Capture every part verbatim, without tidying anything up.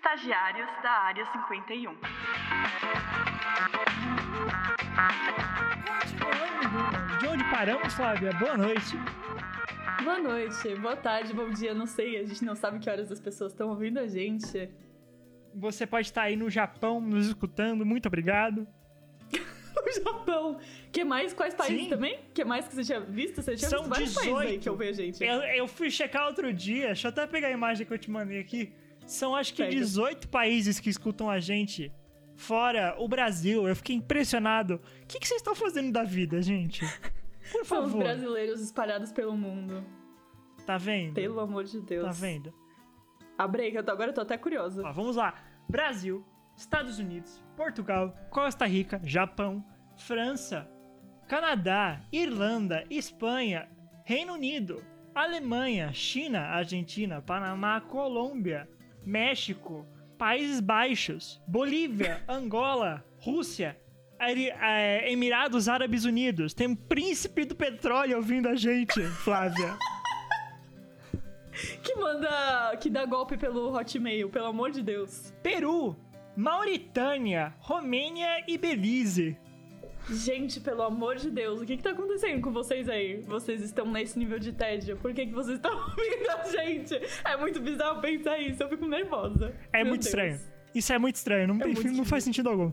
estagiários da Área cinquenta e um. Continuando, de onde paramos, Flávia? Boa noite. Boa noite, boa tarde, bom dia, não sei, a gente não sabe que horas as pessoas estão ouvindo a gente. Você pode estar aí no Japão nos escutando, muito obrigado. O Japão. Que mais? Quais países Sim. também? Que mais que você tinha visto? Você tinha São visto vários dezoito. países aí que eu vejo a gente. Eu, eu fui checar outro dia, deixa eu até pegar a imagem que eu te mandei aqui. São acho que Pega. dezoito países que escutam a gente, fora o Brasil. Eu fiquei impressionado. O que, que vocês estão fazendo da vida, gente? Por São os favor. brasileiros espalhados pelo mundo. Tá vendo? Pelo amor de Deus. Tá vendo? Abre aí, que eu tô- agora eu tô até curiosa. Ó, vamos lá. Brasil, Estados Unidos, Portugal, Costa Rica, Japão, França, Canadá, Irlanda, Espanha, Reino Unido, Alemanha, China, Argentina, Panamá, Colômbia, México, Países Baixos, Bolívia, Angola, Rússia, Ari- eh, Emirados Árabes Unidos. Tem um príncipe do petróleo ouvindo a gente, Flávia. Que manda... Que dá golpe pelo Hotmail, pelo amor de Deus. Peru, Mauritânia, Romênia e Belize. Gente, pelo amor de Deus, o que que tá acontecendo com vocês aí? Vocês estão nesse nível de tédio? Por que que vocês estão ouvindo a gente? É muito bizarro pensar isso, eu fico nervosa. É Meu muito Deus. estranho. Isso é muito estranho, não, É tem, muito não faz sentido algum.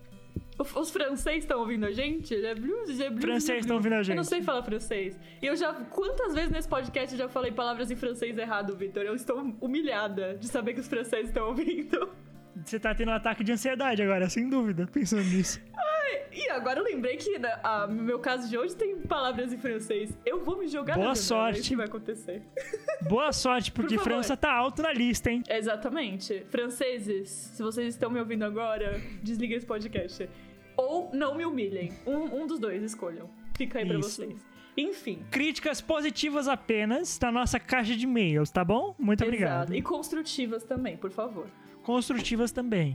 O- Os franceses estão ouvindo a gente? É blues, é blues, Franceses é estão ouvindo a blues. Eu não gente. sei falar francês. E eu já... Quantas vezes nesse podcast eu já falei palavras em francês errado, Vitor? Eu estou humilhada de saber que os franceses estão ouvindo. Você tá tendo um ataque de ansiedade agora, sem dúvida, pensando nisso. E agora eu lembrei que né, ah, no meu caso de hoje tem palavras em francês. Eu vou me jogar Boa na janela, sorte. é isso que vai acontecer. Boa sorte, porque Por favor. França tá alto na lista, hein? Exatamente. Franceses, se vocês estão me ouvindo agora, desliguem esse podcast. Ou não me humilhem. Um, um dos dois, escolham. Fica aí pra Isso. vocês. Enfim. Críticas positivas apenas na nossa caixa de e-mails, tá bom? Muito obrigado. Exato. E construtivas também, por favor. Construtivas também.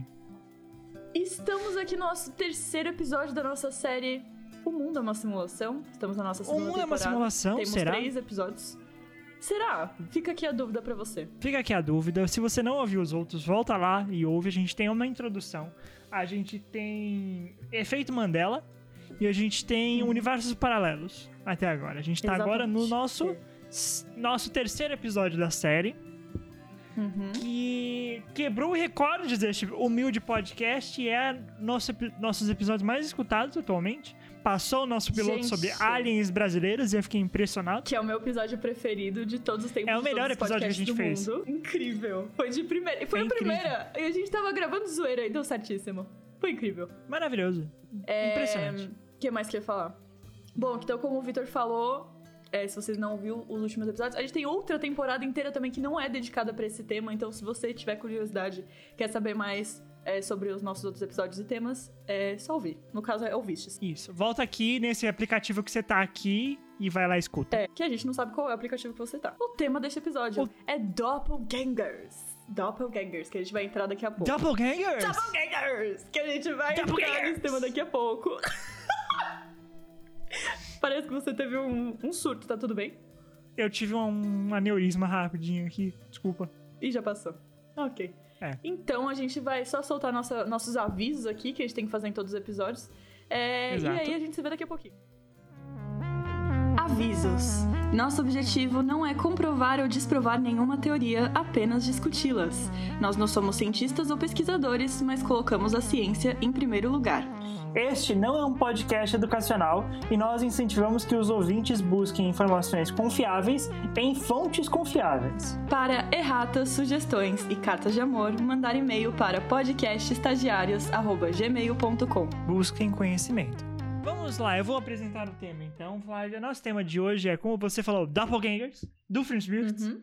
Estamos aqui no nosso terceiro episódio da nossa série O Mundo é uma Simulação. Estamos na nossa segunda Mundo é uma temporada. Simulação? Temos Será? três episódios. Será? Fica aqui a dúvida pra você. Fica aqui a dúvida. Se você não ouviu os outros, volta lá e ouve. A gente tem uma introdução. A gente tem Efeito Mandela. E a gente tem Universos Paralelos até agora. A gente tá agora no nosso, nosso terceiro episódio da série. Uhum. Que quebrou o recorde deste humilde podcast e é nosso, epi- nossos episódios mais escutados atualmente. Passou o nosso piloto Gente. sobre aliens brasileiros e eu fiquei impressionado. Que é o meu episódio preferido de todos os tempos. É o de melhor todos os episódio que a gente podcasts fez. do mundo. Incrível. Foi de primeira. Foi É a incrível. primeira. E a gente tava gravando zoeira e deu certíssimo. Foi incrível. Maravilhoso. Impressionante. O que mais que eu ia falar? Bom, então como o Vitor falou, é, se vocês não ouviram os últimos episódios, a gente tem outra temporada inteira também que não é dedicada pra esse tema, então se você tiver curiosidade, quer saber mais é, sobre os nossos outros episódios e temas, é só ouvir. No caso é ouvistes. Isso. Volta aqui nesse aplicativo que você tá aqui e vai lá e escuta. É, que a gente não sabe qual é o aplicativo que você tá. O tema deste episódio O- é Doppelgangers. Doppelgangers, que a gente vai entrar daqui a pouco. Doppelgangers? Doppelgangers! Que a gente vai entrar Doppelgangers! nesse tema daqui a pouco. Parece que você teve um, um surto, tá tudo bem? Eu tive um aneurisma rapidinho aqui. Desculpa. Ih, já passou. Ok. É. Então a gente vai só soltar nossa, nossos avisos aqui, que a gente tem que fazer em todos os episódios. É, e Exato. aí a gente se vê daqui a pouquinho. Avisos. Nosso objetivo não é comprovar ou desprovar nenhuma teoria, apenas discuti-las. Nós não somos cientistas ou pesquisadores, mas colocamos a ciência em primeiro lugar. Este não é um podcast educacional e nós incentivamos que os ouvintes busquem informações confiáveis em fontes confiáveis. Para erratas, sugestões e cartas de amor, mandar e-mail para podcastestagiários arroba gmail ponto com. Busquem conhecimento. Vamos lá, eu vou apresentar o tema então, Flávia. Nosso tema de hoje é, como você falou, Doppelgangers, do Doofenshmirtz. Uhum.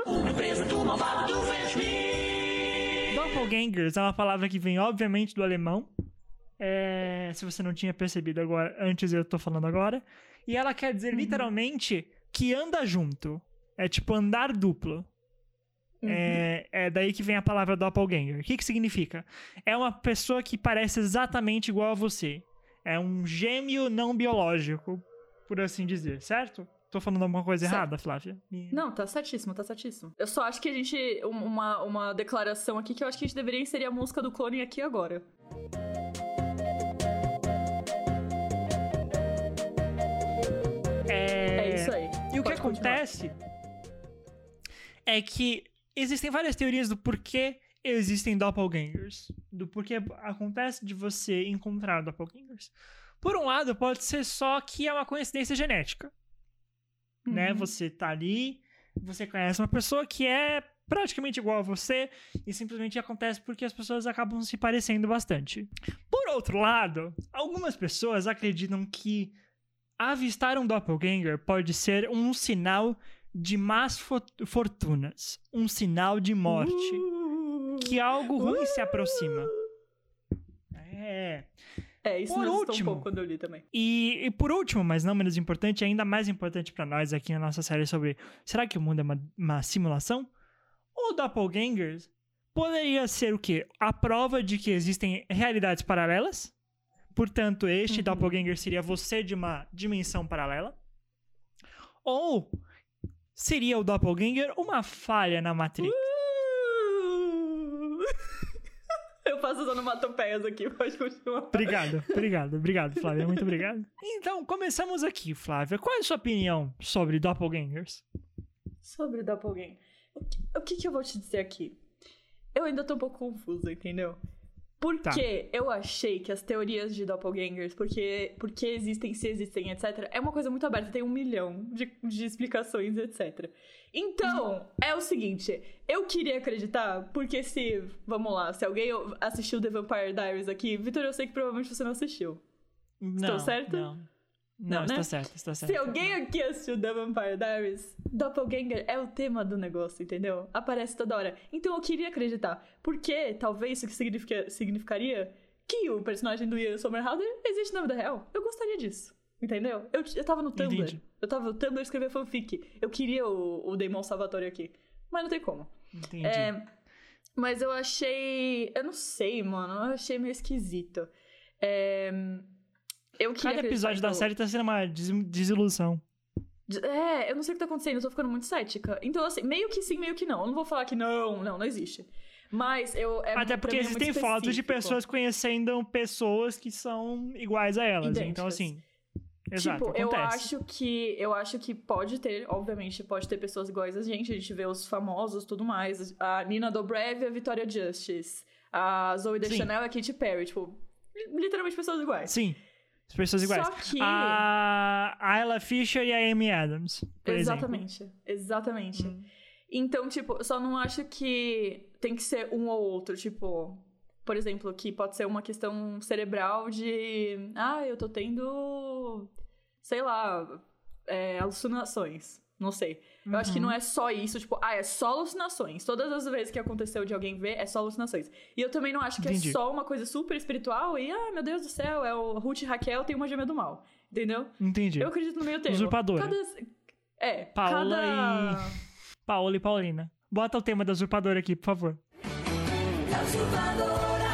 Doppelgangers é uma palavra que vem, obviamente, do alemão. É, se você não tinha percebido agora, antes eu tô falando agora. E ela quer dizer, Uhum. literalmente, que anda junto. É tipo andar duplo. Uhum. É, é daí que vem a palavra doppelganger. O que que significa? É uma pessoa que parece exatamente igual a você. É um gêmeo não biológico, por assim dizer, certo? Tô falando alguma coisa Certo. errada, Flávia? Me- Não, tá certíssimo, tá certíssimo. Eu só acho que a gente. um- Uma, uma declaração aqui que eu acho que a gente deveria inserir a música do Clone aqui agora. É... É isso aí. E o que Pode continuar. acontece é que existem várias teorias do porquê existem doppelgangers. Do porquê acontece de você encontrar doppelgangers. Por um lado, pode ser só que é uma coincidência genética. Né? Uhum. Você tá ali, você conhece uma pessoa que é praticamente igual a você e simplesmente acontece porque as pessoas acabam se parecendo bastante. Por outro lado, algumas pessoas acreditam que avistar um doppelganger pode ser um sinal de más fo- fortunas, um sinal de morte, Uh, que algo ruim se aproxima. É. É, isso Por me assustou último- um pouco quando eu li também. E, e por último, mas não menos importante, ainda mais importante pra nós aqui na nossa série sobre será que o mundo é uma, uma simulação? O doppelgangers poderia ser o quê? A prova de que existem realidades paralelas. Portanto, este Uhum. doppelganger seria você de uma dimensão paralela. Ou seria o doppelganger uma falha na Matrix? Uh! Eu faço as onomatopeias aqui, pode continuar. Obrigado, obrigado, obrigado, Flávia, muito obrigado. Então, começamos aqui, Flávia. Qual é a sua opinião sobre doppelgangers? Sobre Doppelganger. O que, o que que eu vou te dizer aqui? Eu ainda tô um pouco confusa, entendeu? Porque Tá. eu achei que as teorias de doppelgangers, porque, porque existem, se existem, etcétera, é uma coisa muito aberta, tem um milhão de, de explicações, etcétera. Então, é o seguinte, eu queria acreditar, porque se, vamos lá, se alguém assistiu The Vampire Diaries aqui, Vitor, eu sei que provavelmente você não assistiu. Não, certa? Não, não, Não, está né? certo, está certo. Se alguém aqui assistiu The Vampire Diaries, Doppelganger é o tema do negócio, entendeu? Aparece toda hora. Então eu queria acreditar. Porque talvez isso que significa, significaria que o personagem do Ian Somerhalder existe na vida real. Eu gostaria disso, entendeu? Eu, eu tava no Tumblr. Entendi. Eu tava no Tumblr escrever fanfic. Eu queria o, o Damon Salvatore aqui. Mas não tem como. Entendi. É, mas eu achei... Eu não sei, mano. Eu achei meio esquisito. É... Eu queria Cada acreditar episódio que da eu- série tá sendo uma des- desilusão. É, eu não sei o que tá acontecendo, eu tô ficando muito cética. Então, assim, meio que sim, meio que não. Eu não vou falar que não, não, não existe. Mas eu. É, Até pra porque mim é muito existem fotos de específico. pessoas conhecendo pessoas que são iguais a elas. Idênticas. Então, assim. Exato, Tipo, eu acontece. acho que eu acho que pode ter, obviamente, pode ter pessoas iguais a gente. A gente vê os famosos e tudo mais. A Nina Dobrev e a Victoria Justice. A Zoe Sim. Deschanel e a Katy Perry. Tipo, literalmente pessoas iguais. Sim, as pessoas iguais. Só que. A Ayla Fisher e a Amy Adams, por Exatamente, exatamente. Hum. Então, tipo, eu só não acho que tem que ser um ou outro, tipo, por exemplo, que pode ser uma questão cerebral de, ah, eu tô tendo, sei lá, é, alucinações, não sei. Eu acho que Uhum. não é só isso, tipo, ah, é só alucinações. Todas as vezes que aconteceu de alguém ver, é só alucinações. E eu também não acho que Entendi. é só uma coisa super espiritual e, ah, meu Deus do céu, é o Ruth e Raquel tem uma gêmea do mal, entendeu? Entendi. Eu acredito no meio termo. Usurpadora. Cada... É, Paola cada... Paola e Paulina. Bota o tema da usurpadora aqui, por favor. La usurpadora,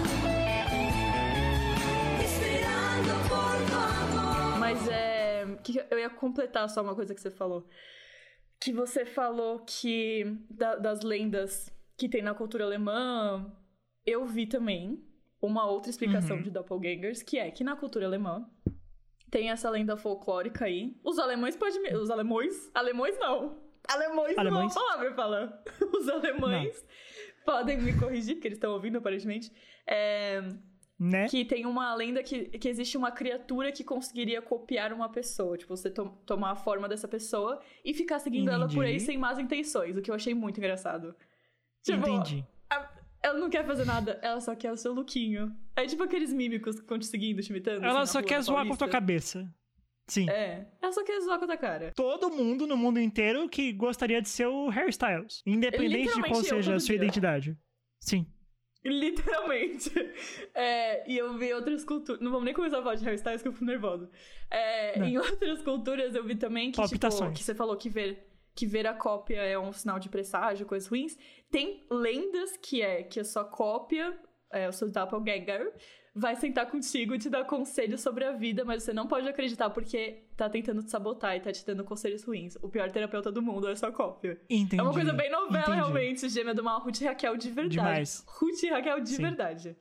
esperando por tu amor. Mas é... que eu ia completar só uma coisa que você falou. Que você falou que... da- das lendas que tem na cultura alemã, eu vi também uma outra explicação Uhum. de doppelgangers, que é que na cultura alemã tem essa lenda folclórica aí. Os alemães podem... me- Os alemães? Alemães não. Alemães, Alemães? não é uma palavra pra falar. Os alemães podem me corrigir, porque eles estão ouvindo, aparentemente. É... Né? Que tem uma lenda que, que existe uma criatura que conseguiria copiar uma pessoa. Tipo, você to- tomar a forma dessa pessoa e ficar seguindo ela por aí Entendi. sem más intenções. O que eu achei muito engraçado. Tipo, Entendi. a- ela não quer fazer nada, ela só quer o seu lookinho. É tipo aqueles mímicos que ficam te seguindo, te imitando. Ela assim, só na rua, quer na zoar com a Paulista. tua cabeça. Sim. É, ela só quer zoar com a tua cara. Todo mundo no mundo inteiro que gostaria de ser o hairstyles. Independente de Literalmente qual eu seja a todo sua dia. identidade. Sim. Literalmente. É, e eu vi outras culturas. Não vamos nem começar a falar de hairstyles que eu fico nervosa. É, Não. em outras culturas eu vi também que, tipo, Palpitações. que você falou que ver, que ver a cópia é um sinal de presságio, coisas ruins. Tem lendas que é que a sua cópia, é, o seu doppelganger, vai sentar contigo e te dar conselhos sobre a vida, mas você não pode acreditar porque tá tentando te sabotar e tá te dando conselhos ruins. O pior terapeuta do mundo é sua cópia. Entendi. É uma coisa bem novela, entendi. realmente, gêmea do mal, Ruth e Raquel de verdade. Demais. Ruth e Raquel de Sim. verdade.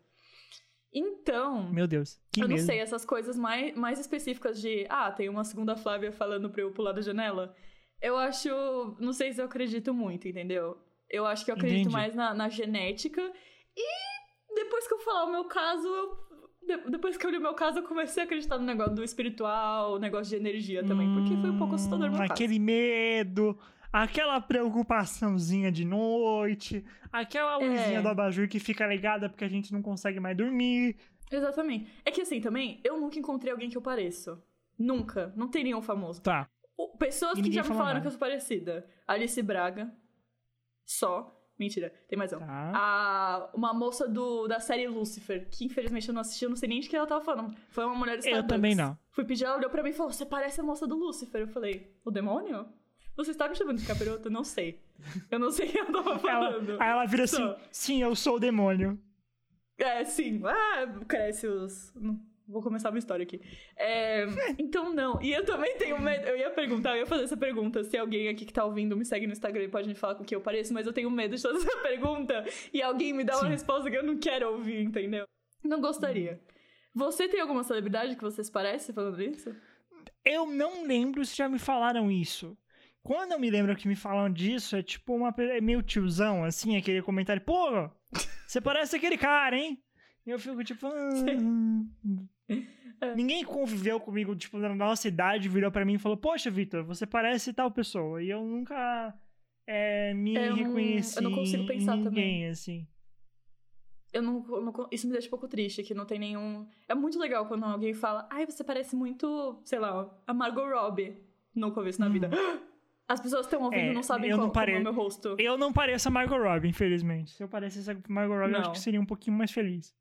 Então, Meu Deus, que eu medo. não sei, essas coisas mais, mais específicas de, ah, tem uma segunda Flávia falando pra eu pular da janela, eu acho, não sei se eu acredito muito, entendeu? Eu acho que eu acredito Entendi. mais na, na genética e depois que eu falar o meu caso, eu... De- Depois que eu li o meu caso, eu comecei a acreditar no negócio do espiritual, negócio de energia também, porque foi um pouco assustador no meu Aquele caso. medo, aquela preocupaçãozinha de noite, aquela luzinha É. do abajur que fica ligada porque a gente não consegue mais dormir. Exatamente. É que assim, também, eu nunca encontrei alguém que eu pareço. Nunca. Não tem nenhum famoso. Tá. O- Pessoas E que ninguém já me falou falaram nada. que eu sou parecida. Alice Braga. Só. Mentira, tem mais um. Tá. A, uma moça do, da série Lucifer, que infelizmente eu não assisti, eu não sei nem de que ela tava falando. Foi uma mulher do Eu também não. Fui pedir, ela olhou pra mim e falou, você parece a moça do Lucifer. Eu falei, o demônio? Você está me chamando de capiroto? Não sei. Eu não sei o que ela tava falando. Ela, aí ela vira assim, Só. sim, eu sou o demônio. É, sim. Ah, cresce os... Vou começar uma história aqui. É, então, não. E eu também tenho medo... Eu ia perguntar, eu ia fazer essa pergunta. Se alguém aqui que tá ouvindo me segue no Instagram e pode me falar com o que eu pareço, mas eu tenho medo de fazer essa pergunta e alguém me dá uma Sim. resposta que eu não quero ouvir, entendeu? Não gostaria. Você tem alguma celebridade que você se parece falando isso? Eu não lembro se já me falaram isso. Quando eu me lembro que me falam disso, é tipo uma pe- é meio tiozão, assim, aquele comentário, pô, você parece aquele cara, hein? E eu fico tipo... "Ah". É. Ninguém conviveu comigo, tipo, na nossa idade, virou pra mim e falou, poxa, Vitor, você parece tal pessoa. E eu nunca é, me É, eu não- reconheci eu não consigo pensar em ninguém, também. assim. Eu não, eu não- Isso me deixa um pouco triste, que não tem nenhum... É muito legal quando alguém fala, ai, você parece muito, sei lá, a Margot Robbie. Nunca ouvi isso na vida. As pessoas estão ouvindo e É, não sabem eu qual, não parei- como é o meu rosto. Eu não pareço a Margot Robbie, infelizmente. Se eu parecesse a Margot Robbie, eu acho Não. que seria um pouquinho mais feliz.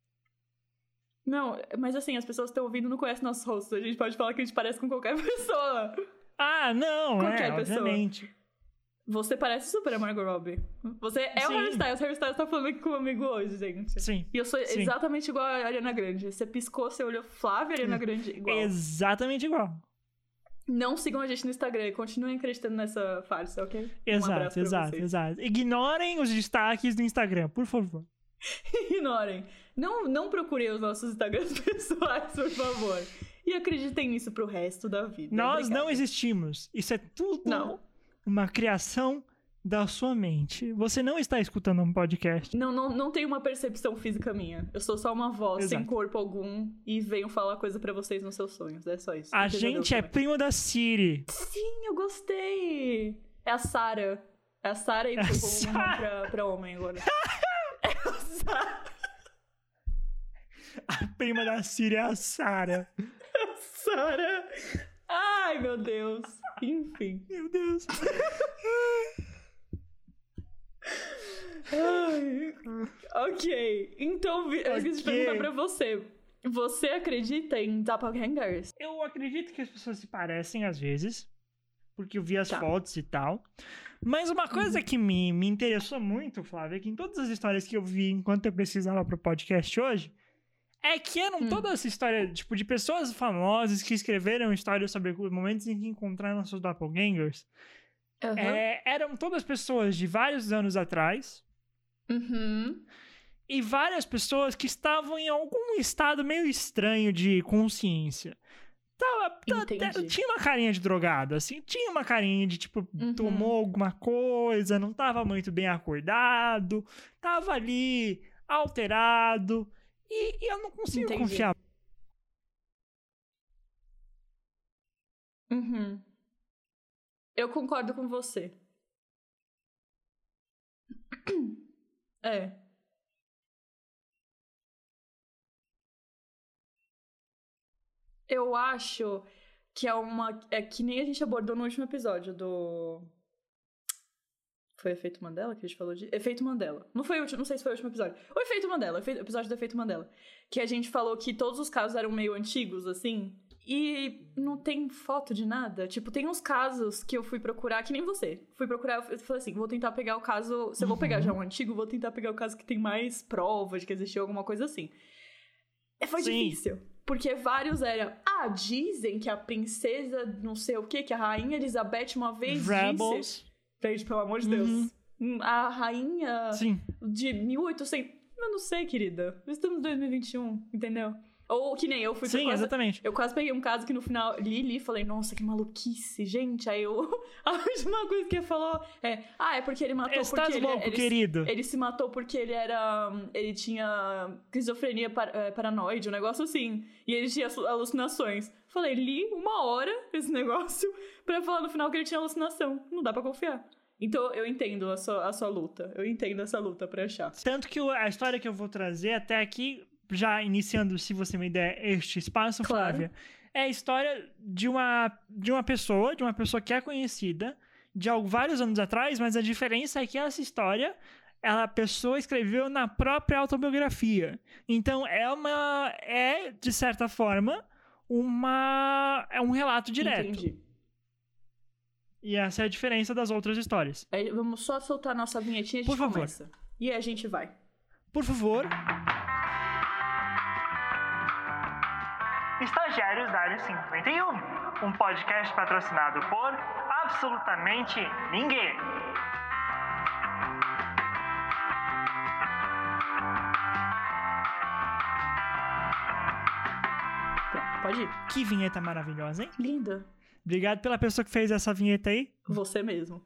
Não, mas assim, as pessoas que estão ouvindo e não conhecem nossos rostos. A gente pode falar que a gente parece com qualquer pessoa. Ah, não, Qualquer é, pessoa. obviamente. Você parece super a Margot Robbie. Você é o Sim. Harry Styles. O Harry Styles tá falando aqui comigo hoje, gente. Sim. E eu sou Sim. exatamente igual a Ariana Grande. Você piscou, você olhou Flávia e Ariana Grande igual. Exatamente igual. Não sigam a gente no Instagram e continuem acreditando nessa farsa, ok? Um Exato, abraço pra exato, vocês. exato. Ignorem os destaques do Instagram, por favor. Ignorem. Não, não procurem os nossos Instagrams pessoais, por favor. E acreditem nisso pro resto da vida. Nós Obrigada. não existimos. Isso é tudo Não. uma criação da sua mente. Você não está escutando um podcast. Não, não, não tem uma percepção física minha. Eu sou só uma voz sem Exato. corpo algum e venho falar coisa pra vocês nos seus sonhos. É só isso. A Não tem nada gente é outro. primo da Siri. Sim, eu gostei. É a Sarah. É a Sarah e É a vou Sarah. pra, pra homem agora. É a Sarah. A prima da Siri é a Sarah. Sarah. Ai, meu Deus. Enfim. Meu Deus. Ai. Ok. Então, Vi- eu esqueci de Ok. perguntar pra você. Você acredita em doppelgangers? Eu acredito que as pessoas se parecem às vezes, porque eu vi as Tá. fotos e tal. Mas uma coisa que me, me interessou muito, Flávia, é que em todas as histórias que eu vi enquanto eu pesquisava pro podcast hoje, é que eram Hum. todas histórias, tipo, de pessoas famosas que escreveram histórias sobre momentos em que encontraram seus doppelgangers. Aham. É, eram todas pessoas de vários anos atrás Uhum. e várias pessoas que estavam em algum estado meio estranho de consciência. Tava, ta- Entendi. tinha uma carinha de drogado, assim, tinha uma carinha de, tipo, Uhum. tomou alguma coisa, não tava muito bem acordado, tava ali alterado, e, e eu não consigo Entendi. confiar. Uhum. Eu concordo com você. É. Eu acho que é uma. É que nem a gente abordou no último episódio do. Foi Efeito Mandela que a gente falou de. Efeito Mandela. Não foi o último, não sei se foi o último episódio. O Efeito Mandela, o efe- episódio do Efeito Mandela. Que a gente falou que todos os casos eram meio antigos, assim. E não tem foto de nada. Tipo, tem uns casos que eu fui procurar, que nem você. Fui procurar, eu falei assim, vou tentar pegar o caso... Se eu vou pegar já um antigo, vou tentar pegar o caso que tem mais prova de que existiu alguma coisa assim. Foi Sim. difícil. Porque vários eram... Ah, dizem que a princesa não sei o quê, que a rainha Elizabeth uma vez Rebels. disse... Gente, pelo amor de Deus. Uhum. A rainha Sim. de mil e oitocentos... Eu não sei, querida. Estamos em dois mil e vinte e um, entendeu? Ou que nem eu fui... Sim, quase, exatamente. Eu quase peguei um caso que no final li, li e falei, nossa, que maluquice, gente. Aí eu... A última coisa que ele falou é... Ah, é porque ele matou Estás porque ele... louco, ele, querido. Ele se matou porque ele era... Ele tinha esquizofrenia par, é, paranoide, um negócio assim. E ele tinha alucinações. Falei, li uma hora esse negócio pra falar no final que ele tinha alucinação. Não dá pra confiar. Então eu entendo a sua, a sua luta. Eu entendo essa luta pra achar. Tanto que o- a história que eu vou trazer até aqui, já iniciando, se você me der este espaço, Claro. Flávia, é a história de uma, de uma pessoa, de uma pessoa que é conhecida de algo, vários anos atrás, mas a diferença é que essa história, ela, a pessoa escreveu na própria autobiografia. Então é uma, é, de certa forma, uma, é um relato direto. Entendi. E essa é a diferença das outras histórias. Aí vamos só soltar nossa vinhetinha e a gente Por favor. começa. E aí a gente vai. Por favor. Estagiários da Área cinquenta e um, um podcast patrocinado por absolutamente ninguém. Pronto, pode ir. Que vinheta maravilhosa, hein? Linda. Obrigado pela pessoa que fez essa vinheta aí. Você mesmo.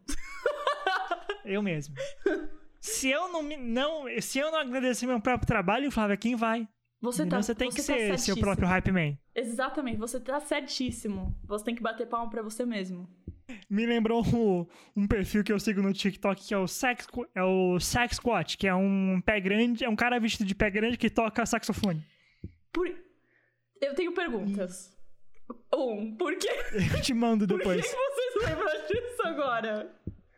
Eu mesmo. Se eu não, me, não, se eu não agradecer meu próprio trabalho, Flávia, quem vai? Você, Então tá, você tem você que tá ser seu certíssimo. próprio hype man. Exatamente, você tá certíssimo. Você tem que bater palma pra você mesmo. Me lembrou um, um perfil que eu sigo no TikTok que é o Sex, é o Sex Squat, que é um pé grande, é um cara vestido de pé grande que toca saxofone. Por... Eu tenho perguntas. Um, por que, Eu te mando por que depois. vocês lembram disso agora?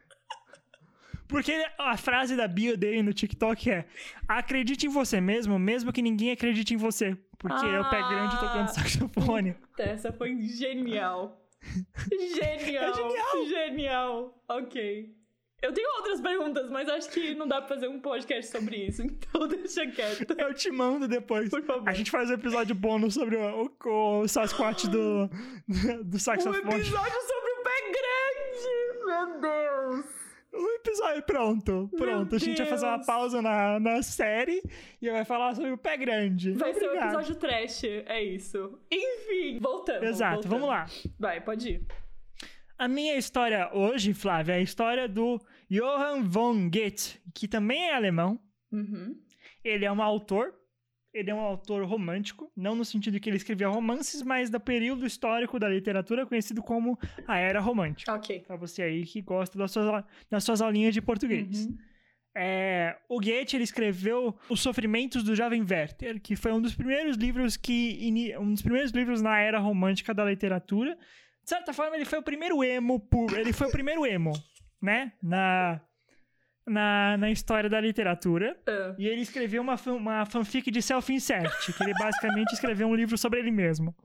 Porque a frase da bio dele no TikTok é: acredite em você mesmo, mesmo que ninguém acredite em você. Porque é o pé grande tocando saxofone. Essa foi genial. Genial. É genial. Genial. Ok. Eu tenho outras perguntas, mas acho que não dá pra fazer um podcast sobre isso, então deixa quieto. Eu te mando depois. Por favor. A gente faz um episódio bônus sobre o, o, o Sasquatch do, do Um saxofone. episódio sobre o pé grande! Meu Deus! Um episódio pronto. Pronto. Meu A gente vai fazer uma Deus. pausa na, na série e vai falar sobre o pé grande. Vai ser um Obrigado. episódio trash, é isso. Enfim, voltamos. Exato, voltamos. vamos lá. Vai, pode ir. A minha história hoje, Flávia, é a história do Johann von Goethe, que também é alemão. Uhum. Ele é um autor, ele é um autor romântico, não no sentido que ele escrevia romances, mas do período histórico da literatura conhecido como a Era Romântica. Ok. Pra você aí que gosta das suas, das suas aulinhas de português. Uhum. É, o Goethe, ele escreveu Os Sofrimentos do Jovem Werther, que foi um dos primeiros livros que ini- um dos primeiros livros na Era Romântica da literatura. De certa forma, ele foi o primeiro emo, pu- ele foi o primeiro emo, né, na, na, na história da literatura. Ah, E ele escreveu uma, fan- uma fanfic de self-insert, que ele basicamente escreveu um livro sobre ele mesmo.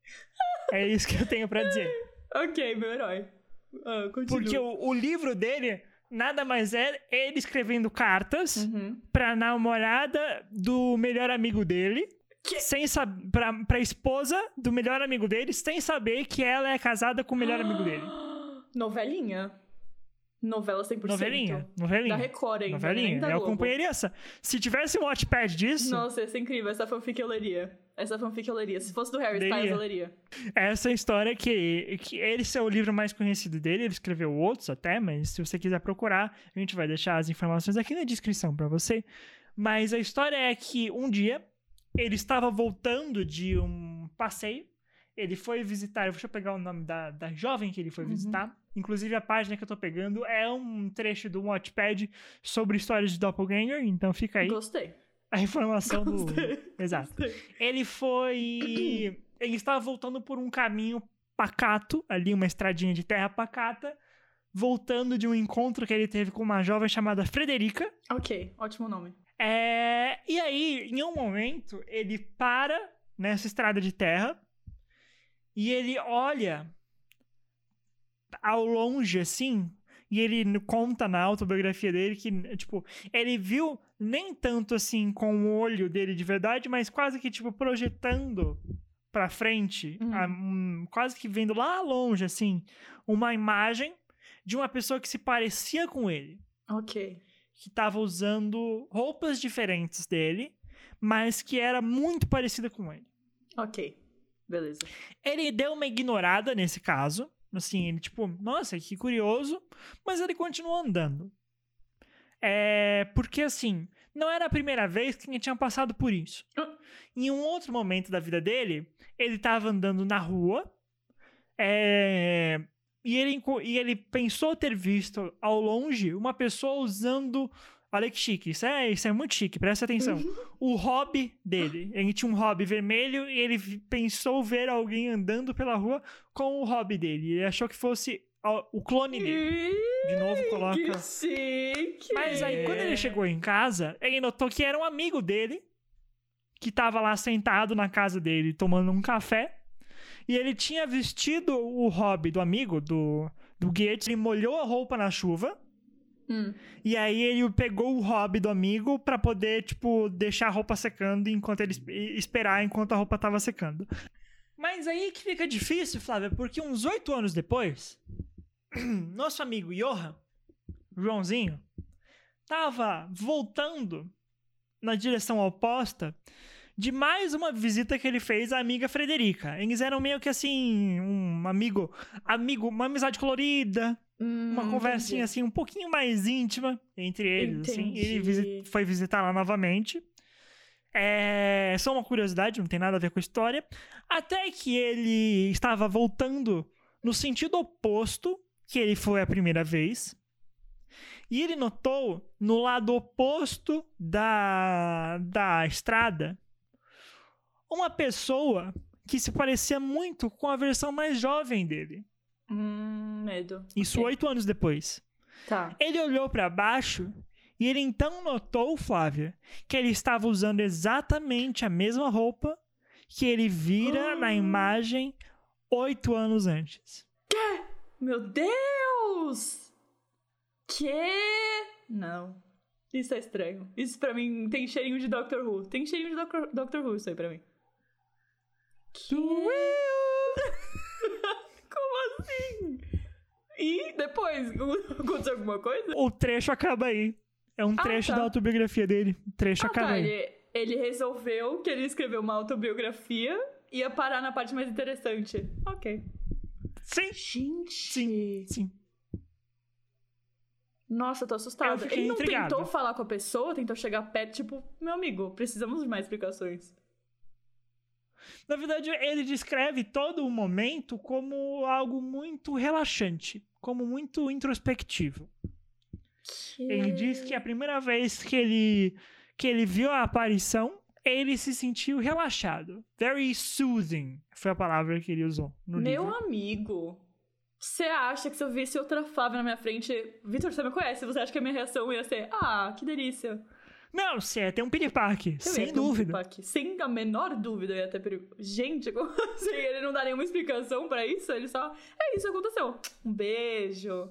É isso que eu tenho pra dizer. ok, meu herói. Ah, continua. Porque o, o livro dele nada mais é ele escrevendo cartas Uhum. pra namorada do melhor amigo dele, Que? sem saber, pra, pra esposa do melhor amigo dele, sem saber que ela é casada com o melhor amigo dele. Novelinha. Novela cem por cento. Novelinha, novelinha. Da Record ainda, Novelinha, nem da eu Globo. acompanharia essa. Se tivesse um watchpad disso, Nossa, essa é incrível. Essa fanfic eu leria. Essa fanfic eu leria. Se fosse do Harry Leria. Styles, eu leria. essa história que, que esse é o livro mais conhecido dele, ele escreveu outros até, mas se você quiser procurar, a gente vai deixar as informações aqui na descrição pra você. Mas a história é que um dia ele estava voltando de um passeio, ele foi visitar, deixa eu pegar o nome da, da jovem que ele foi visitar, inclusive a página que eu tô pegando é um trecho do Wattpad sobre histórias de Doppelganger, então fica aí Gostei. a informação do... Gostei. Exato. Gostei. Ele foi. Ele estava voltando por um caminho pacato, ali, uma estradinha de terra pacata, voltando de um encontro que ele teve com uma jovem chamada Frederica. Ok, ótimo nome. É, E aí, em um momento, ele para nessa estrada de terra e ele olha ao longe, assim, e ele conta na autobiografia dele que, tipo, ele viu nem tanto assim com o olho dele de verdade, mas quase que, tipo, projetando pra frente, Hum. a- um, quase que vendo lá longe, assim, uma imagem de uma pessoa que se parecia com ele, Ok. que tava usando roupas diferentes dele, mas que era muito parecida com ele. Ok. Beleza. Ele deu uma ignorada nesse caso, assim, ele tipo, nossa, que curioso, mas ele continuou andando. É, porque assim, não era a primeira vez que ele tinha passado por isso. Em um outro momento da vida dele, ele tava andando na rua, é, e, ele, enco- e ele pensou ter visto ao longe uma pessoa usando. Olha que chique, isso é, isso é muito chique, presta atenção. O hobby dele. Ele tinha um hobby vermelho e ele vi- pensou ver alguém andando pela rua com o hobby dele. Ele achou que fosse ó, o clone dele. De novo, coloca. Que chique! Mas aí, quando ele chegou em casa, ele notou que era um amigo dele que tava lá sentado na casa dele tomando um café. E ele tinha vestido o hobby do amigo, do, do Goethe. Ele molhou a roupa na chuva. Hum. E aí ele pegou o hobby do amigo pra poder, tipo, deixar a roupa secando enquanto ele e esperar enquanto a roupa tava secando. Mas aí que fica difícil, Flávia, porque uns oito anos depois, nosso amigo Johan, Joãozinho, tava voltando na direção oposta de mais uma visita que ele fez à amiga Frederica. Eles eram meio que assim, um amigo, amigo, uma amizade colorida, Hum, uma conversinha entendi. assim um pouquinho mais íntima entre eles, assim. Entendi. Ele visi- foi visitar lá novamente. É só uma curiosidade, não tem nada a ver com a história. Até que ele estava voltando no sentido oposto que ele foi a primeira vez. E ele notou no lado oposto da, da estrada uma pessoa que se parecia muito com a versão mais jovem dele. Hum, medo. Isso Ok. oito anos depois. Tá. Ele olhou pra baixo e ele então notou, Flávia, que ele estava usando exatamente a mesma roupa que ele vira na imagem oito anos antes. Meu Deus! Que? Não. Isso é estranho. Isso pra mim tem cheirinho de Doctor Who. Tem cheirinho de Doctor, Doctor Who isso aí pra mim. Que? Como assim? E depois, aconteceu alguma coisa? O trecho acaba aí. É um Ah, trecho tá. da autobiografia dele. O trecho Ah, acaba tá. aí. Ele, ele resolveu que ele escreveu uma autobiografia e ia parar na parte mais interessante. Ok. Sim, Gente. sim, sim. Nossa, eu tô assustada. Eu fiquei Ele não intrigado. tentou falar com a pessoa, tentou chegar perto, tipo, meu amigo, precisamos de mais explicações. Na verdade, ele descreve todo o momento como algo muito relaxante, como muito introspectivo. Ele diz que a primeira vez que ele, que ele viu a aparição, ele se sentiu relaxado. Very soothing foi a palavra que ele usou no Meu livro. amigo, você acha que se eu visse outra Flávia na minha frente... Vitor, você me conhece, você acha que a minha reação ia ser ah, que delícia. Não, você ia ter um piripaque, Eu sem ia ter um dúvida. piripaque. Sem a menor dúvida eu ia ter perigo. Gente, como assim? Ele não dá nenhuma explicação pra isso? Ele só... É isso, aconteceu. Um beijo.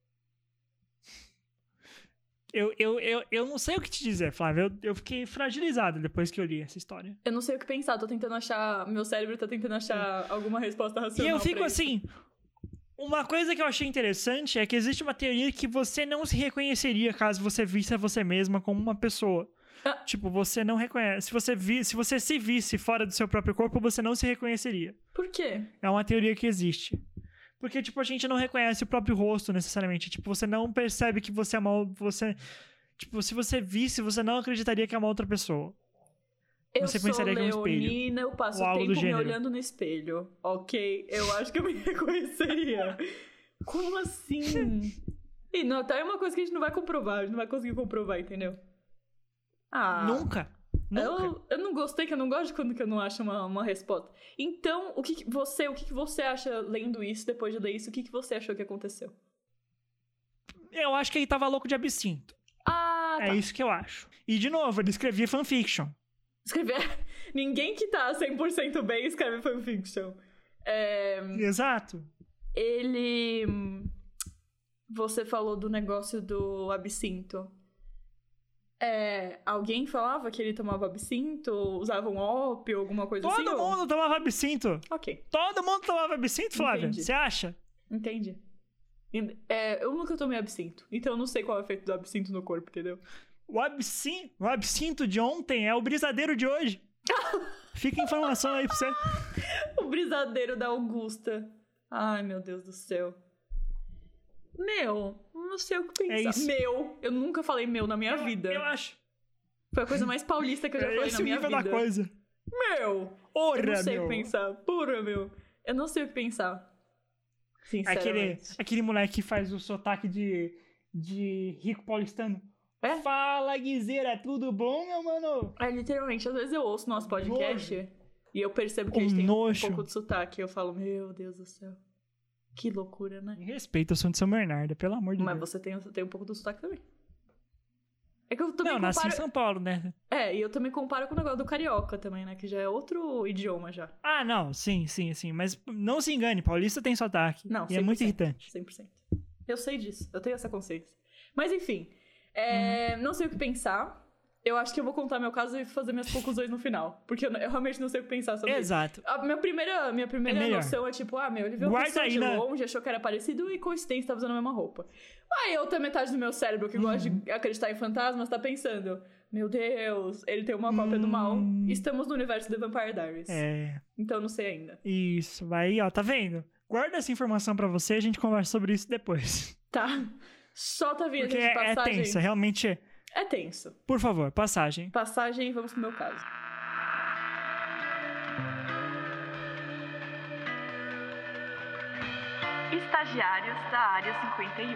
Eu, eu, eu, eu não sei o que te dizer, Flávio. Eu, eu fiquei fragilizado depois que eu li essa história. Eu não sei o que pensar, tô tentando achar... Meu cérebro tá tentando achar alguma resposta E racional eu fico pra isso. assim... Uma coisa que eu achei interessante é que existe uma teoria que você não se reconheceria caso você visse a você mesma como uma pessoa. Ah. Tipo, você não reconhece. Se você, vi, se você se visse fora do seu próprio corpo, você não se reconheceria. Por quê? É uma teoria que existe. Porque, tipo, a gente não reconhece o próprio rosto necessariamente. Tipo, você não percebe que você é uma... Você, tipo, se você visse, você não acreditaria que é uma outra pessoa. Eu Você sou pensaria que é um espelho. leonina, eu passo Ou algo do tempo me gênero. olhando no espelho. Ok, eu acho que eu me reconheceria. Como assim? E não, tá, é uma coisa que a gente não vai comprovar, a gente não vai conseguir comprovar, entendeu? Ah, Nunca. Nunca. Eu, eu não gostei, que eu não gosto de quando que eu não acho uma, uma resposta. Então, o que, que você, o que, que você acha lendo isso, depois de ler isso, o que, que você achou que aconteceu? Eu acho que ele tava louco de absinto. Ah, tá. É isso que eu acho. E, de novo, ele escrevia fanfiction. Escrever. Ninguém que tá cem por cento bem escreve fanfiction. É, Exato. ele. Você falou do negócio do absinto. É, alguém falava que ele tomava absinto, usava um ópio, alguma coisa Todo assim? ou- mundo tomava absinto. Ok, Todo mundo tomava absinto, Flávia. Entendi. Você acha? entendi. E- é, eu nunca tomei absinto, então eu não sei qual é o efeito do absinto no corpo, entendeu? O absinto, o absinto de ontem é o brisadeiro de hoje. Fica a informação aí pra você. O brisadeiro da Augusta. Ai, meu Deus do céu. Meu, não sei o que É pensar. isso. Meu, eu nunca falei meu na minha vida. Eu acho. Foi a coisa mais paulista que eu já É falei esse na o minha nível vida. da coisa. Meu, Ora, eu não sei meu. o que pensar. Pura, meu. Eu não sei o que pensar. Aquele, Sinceramente. aquele moleque que faz o sotaque de, de rico paulistano. É? Fala, Guizeira, tudo bom, meu mano? É, literalmente, às vezes eu ouço nosso podcast e eu percebo que a Um gente tem nojo. um pouco de sotaque. E eu falo, meu Deus do céu. Que loucura, né? Me respeita, eu sou de São Bernardo, pelo amor de Mas Deus. você tem, tem um pouco do sotaque também. É que eu também Não, nasci em comparo... São Paulo, né? É, e eu também comparo com o negócio do carioca também, né? Que já é outro idioma já. Ah, não, sim, sim, sim. Mas não se engane, paulista tem sotaque. Não, e é muito cem por cento, irritante. cem por cento. Eu sei disso, eu tenho essa consciência. Mas enfim, é, não sei o que pensar. Eu acho que eu vou contar meu caso e fazer minhas conclusões no final. Porque eu, eu realmente não sei o que pensar sobre isso. Exato. A minha primeira, minha primeira É melhor. noção é tipo, ah, meu, ele viu uma Guarda pessoa aí de na- longe, achou que era parecido e coincidência tava usando a mesma roupa. Aí outra metade do meu cérebro que gosta Uhum. de acreditar em fantasmas tá pensando, meu Deus, ele tem uma cópia do mal. Hum. Estamos no universo The Vampire Diaries. É, Então não sei ainda. isso. Aí, ó, tá vendo? Guarda essa informação pra você, a gente conversa sobre isso depois. Tá. Solta a vinheta Porque de é, é passagem. tenso, realmente. é- É tenso. Por favor, passagem. Passagem, vamos pro meu caso. Estagiários da Área cinquenta e um.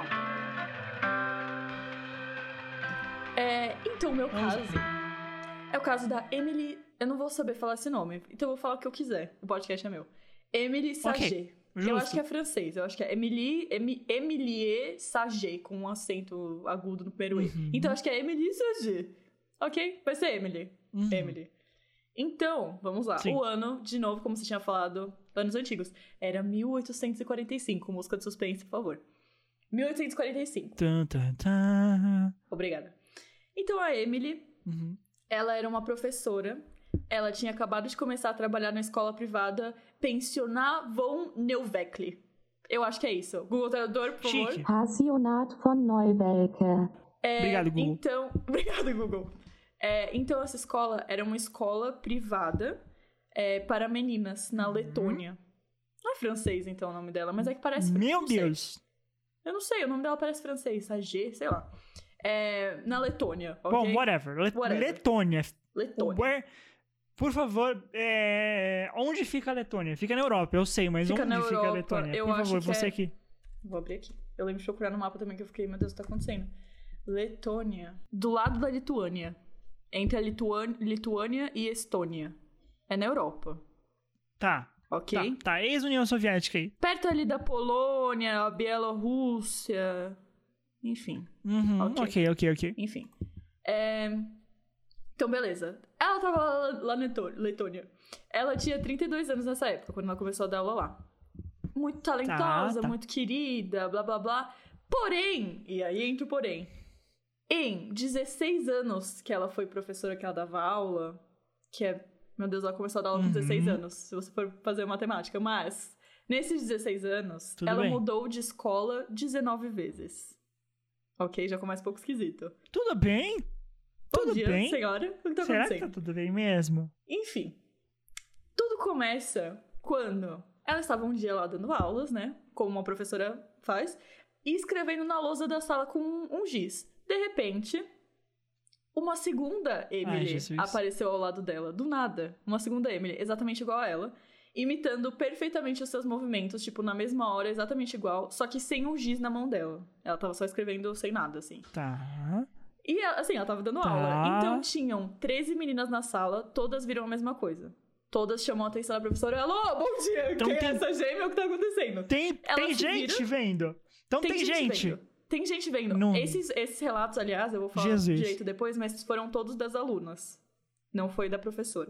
É, então, o meu Vamos caso é o caso da Emily... Eu não vou saber falar esse nome, então eu vou falar o que eu quiser. O podcast é meu. Emily Saget. Eu justo. acho que é francês. Eu acho que é Emily, Emi, Emilie Saget, com um acento agudo no primeiro E. Uhum. Então, eu acho que é Emily Saget. Ok? Vai ser Emily. Uhum. Emily. Então, vamos lá. Sim. O ano, de novo, como você tinha falado, anos antigos, era mil oitocentos e quarenta e cinco. Música de suspense, por favor. mil oitocentos e quarenta e cinco. Tan, tan, tan. Obrigada. Então, a Emily, Uhum. ela era uma professora. Ela tinha acabado de começar a trabalhar na escola privada Pensionat von Neuwekli. Eu acho que é isso. Google Tradutor, por favor. Chique. Pensionat von Neuwelke. É, Obrigado, Google. Então, obrigado, Google. É, então, essa escola era uma escola privada é, para meninas Uhum. na Letônia. Não é francês, então, o nome dela, mas é que parece... Meu não sei. Deus. Eu não sei, o nome dela parece francês. A G, sei lá. É, na Letônia, ok? Bom, whatever. Le- Whatever. Letônia. Letônia. Where... Por favor, é... onde fica a Letônia? Fica na Europa, eu sei, mas Fica onde na fica a Europa, Letônia? eu Por acho favor, que você é- aqui. Vou abrir aqui. Eu lembro de procurar no mapa também que eu fiquei, meu Deus, o que tá acontecendo? Letônia. Do lado da Lituânia. Entre a Lituânia, Lituânia e Estônia. É na Europa, Tá, ok? tá, tá. Ex-União Soviética aí. Perto ali da Polônia, a Bielorrússia. Enfim, Uhum, Ok. ok, ok, ok. enfim. É, Então, beleza. Ela tava lá, lá na Letô- Letônia. Ela tinha trinta e dois anos nessa época, quando ela começou a dar aula lá. Muito talentosa, Tá, tá. muito querida, blá blá blá. Porém, e aí entra o porém. Em dezesseis anos que ela foi professora, que ela dava aula, que é, meu Deus, ela começou a dar aula com Uhum. dezesseis anos, se você for fazer matemática, mas nesses dezesseis anos, Tudo ela bem. mudou de escola dezenove vezes. Ok, já começa um pouco esquisito. Tudo bem? Bom Tudo dia, bem? senhora. O que tá Será que acontecendo? tá tudo bem mesmo? Enfim, tudo começa quando ela estava um dia lá dando aulas, né? Como uma professora faz, e escrevendo na lousa da sala com um giz. De repente, uma segunda Ai, Emily Jesus. apareceu ao lado dela, do nada. Uma segunda Emily, exatamente igual a ela, imitando perfeitamente os seus movimentos, tipo, na mesma hora, exatamente igual, só que sem um giz na mão dela. Ela tava só escrevendo sem nada, assim. Tá. E, assim, ela tava dando Tá. aula. Então, tinham treze meninas na sala, todas viram a mesma coisa. Todas chamam a atenção da professora. Alô, bom dia! Então Quem tem- é essa gêmea? O que tá acontecendo? Tem, Ela tem se gente vira. vendo. Então tem, gente. vendo. Tem gente vendo. Não. Esses, esses relatos, aliás, eu vou falar Jesus. direito depois, mas foram todos das alunas. Não foi da professora.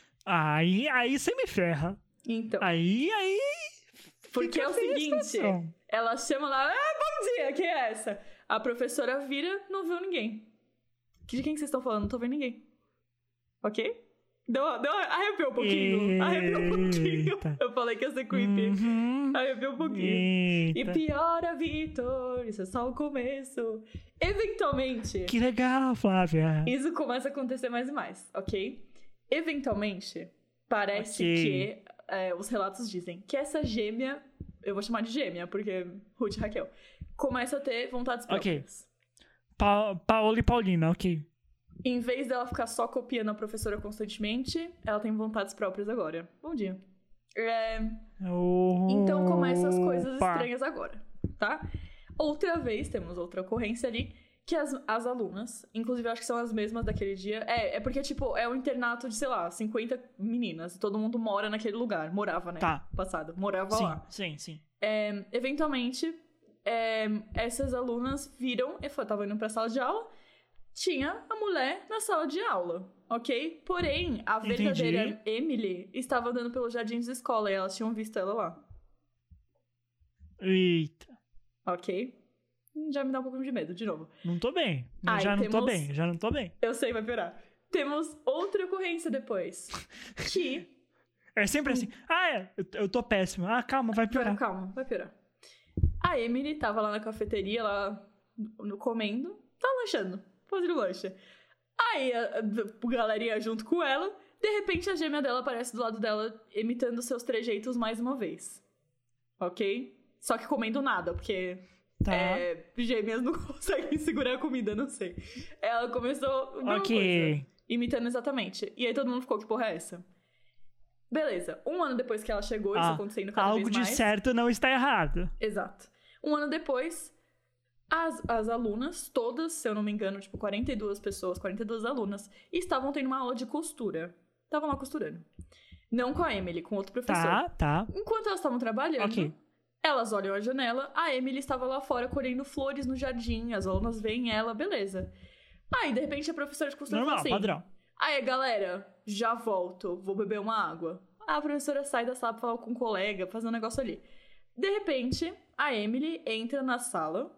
Aí, aí você me ferra. Então, Aí, aí... porque fica é o feia a seguinte... situação. Ela chama lá, ah, bom dia, quem é essa? A professora vira, não viu ninguém. De quem que vocês estão falando? Não tô vendo ninguém. Ok? Deu, deu, arrepiou um pouquinho. Eita. Arrepiou um pouquinho. Eu falei que ia ser creepy. Uhum. Arrepiou um pouquinho. Eita. E piora, Vitor. Isso é só o começo. Eventualmente, Que legal, Flávia. isso começa a acontecer mais e mais, ok? Eventualmente, parece Ok. que é, os relatos dizem que essa gêmea, eu vou chamar de gêmea, porque Ruth e Raquel, começa a ter vontades Ok. próprias. Pa Paola e Paulina, ok. Em vez dela ficar só copiando a professora constantemente, ela tem vontades próprias agora. Bom dia. É, então começam as coisas Opa. estranhas agora, tá? Outra vez, temos outra ocorrência ali, que as, as alunas, inclusive eu acho que são as mesmas daquele dia, é, é porque, tipo, é um internato de, sei lá, cinquenta meninas, e todo mundo mora naquele lugar, morava, né? Tá. Passado, morava Sim, lá. sim, sim. É, eventualmente, é, essas alunas viram, e estavam indo pra sala de aula, tinha a mulher na sala de aula, ok? Porém, a Entendi. verdadeira Emily estava andando pelos jardins da escola e elas tinham visto ela lá, Eita. ok? Já me dá um pouco de medo, de novo. Não tô bem. Ai, já não tô temos- bem, já não tô bem. Eu sei, vai piorar. Temos outra ocorrência depois, que... É sempre assim. Ah, é, eu, eu tô péssimo. Ah, calma, vai piorar. Calma, vai piorar. A Emily tava lá na cafeteria, lá no, comendo, tava lanchando, fazendo lanche. Aí a, a, a galerinha junto com ela, de repente a gêmea dela aparece do lado dela, imitando seus trejeitos mais uma vez. Ok? Só que comendo nada, porque Tá. é, gêmeas não conseguem segurar a comida, não sei. Ela começou a mesma Ok. coisa, imitando exatamente. E aí todo mundo ficou, que porra é essa? Beleza, um ano depois que ela chegou, isso Ah, acontecendo cada algo vez de mais. certo não está errado. Exato. Um ano depois, as, as alunas, todas, se eu não me engano, tipo, quarenta e duas pessoas, quarenta e duas alunas, estavam tendo uma aula de costura. Estavam lá costurando. Não com a Emily, com outro professor. Tá, tá. Enquanto elas estavam trabalhando, Ok. elas olham a janela, a Emily estava lá fora colhendo flores no jardim, as alunas veem ela, beleza. Aí, de repente, a professora de costura Normal, falou assim... padrão. Aí, galera, já volto, vou beber uma água. A professora sai da sala pra falar com um colega, fazer um negócio ali. De repente, a Emily entra na sala,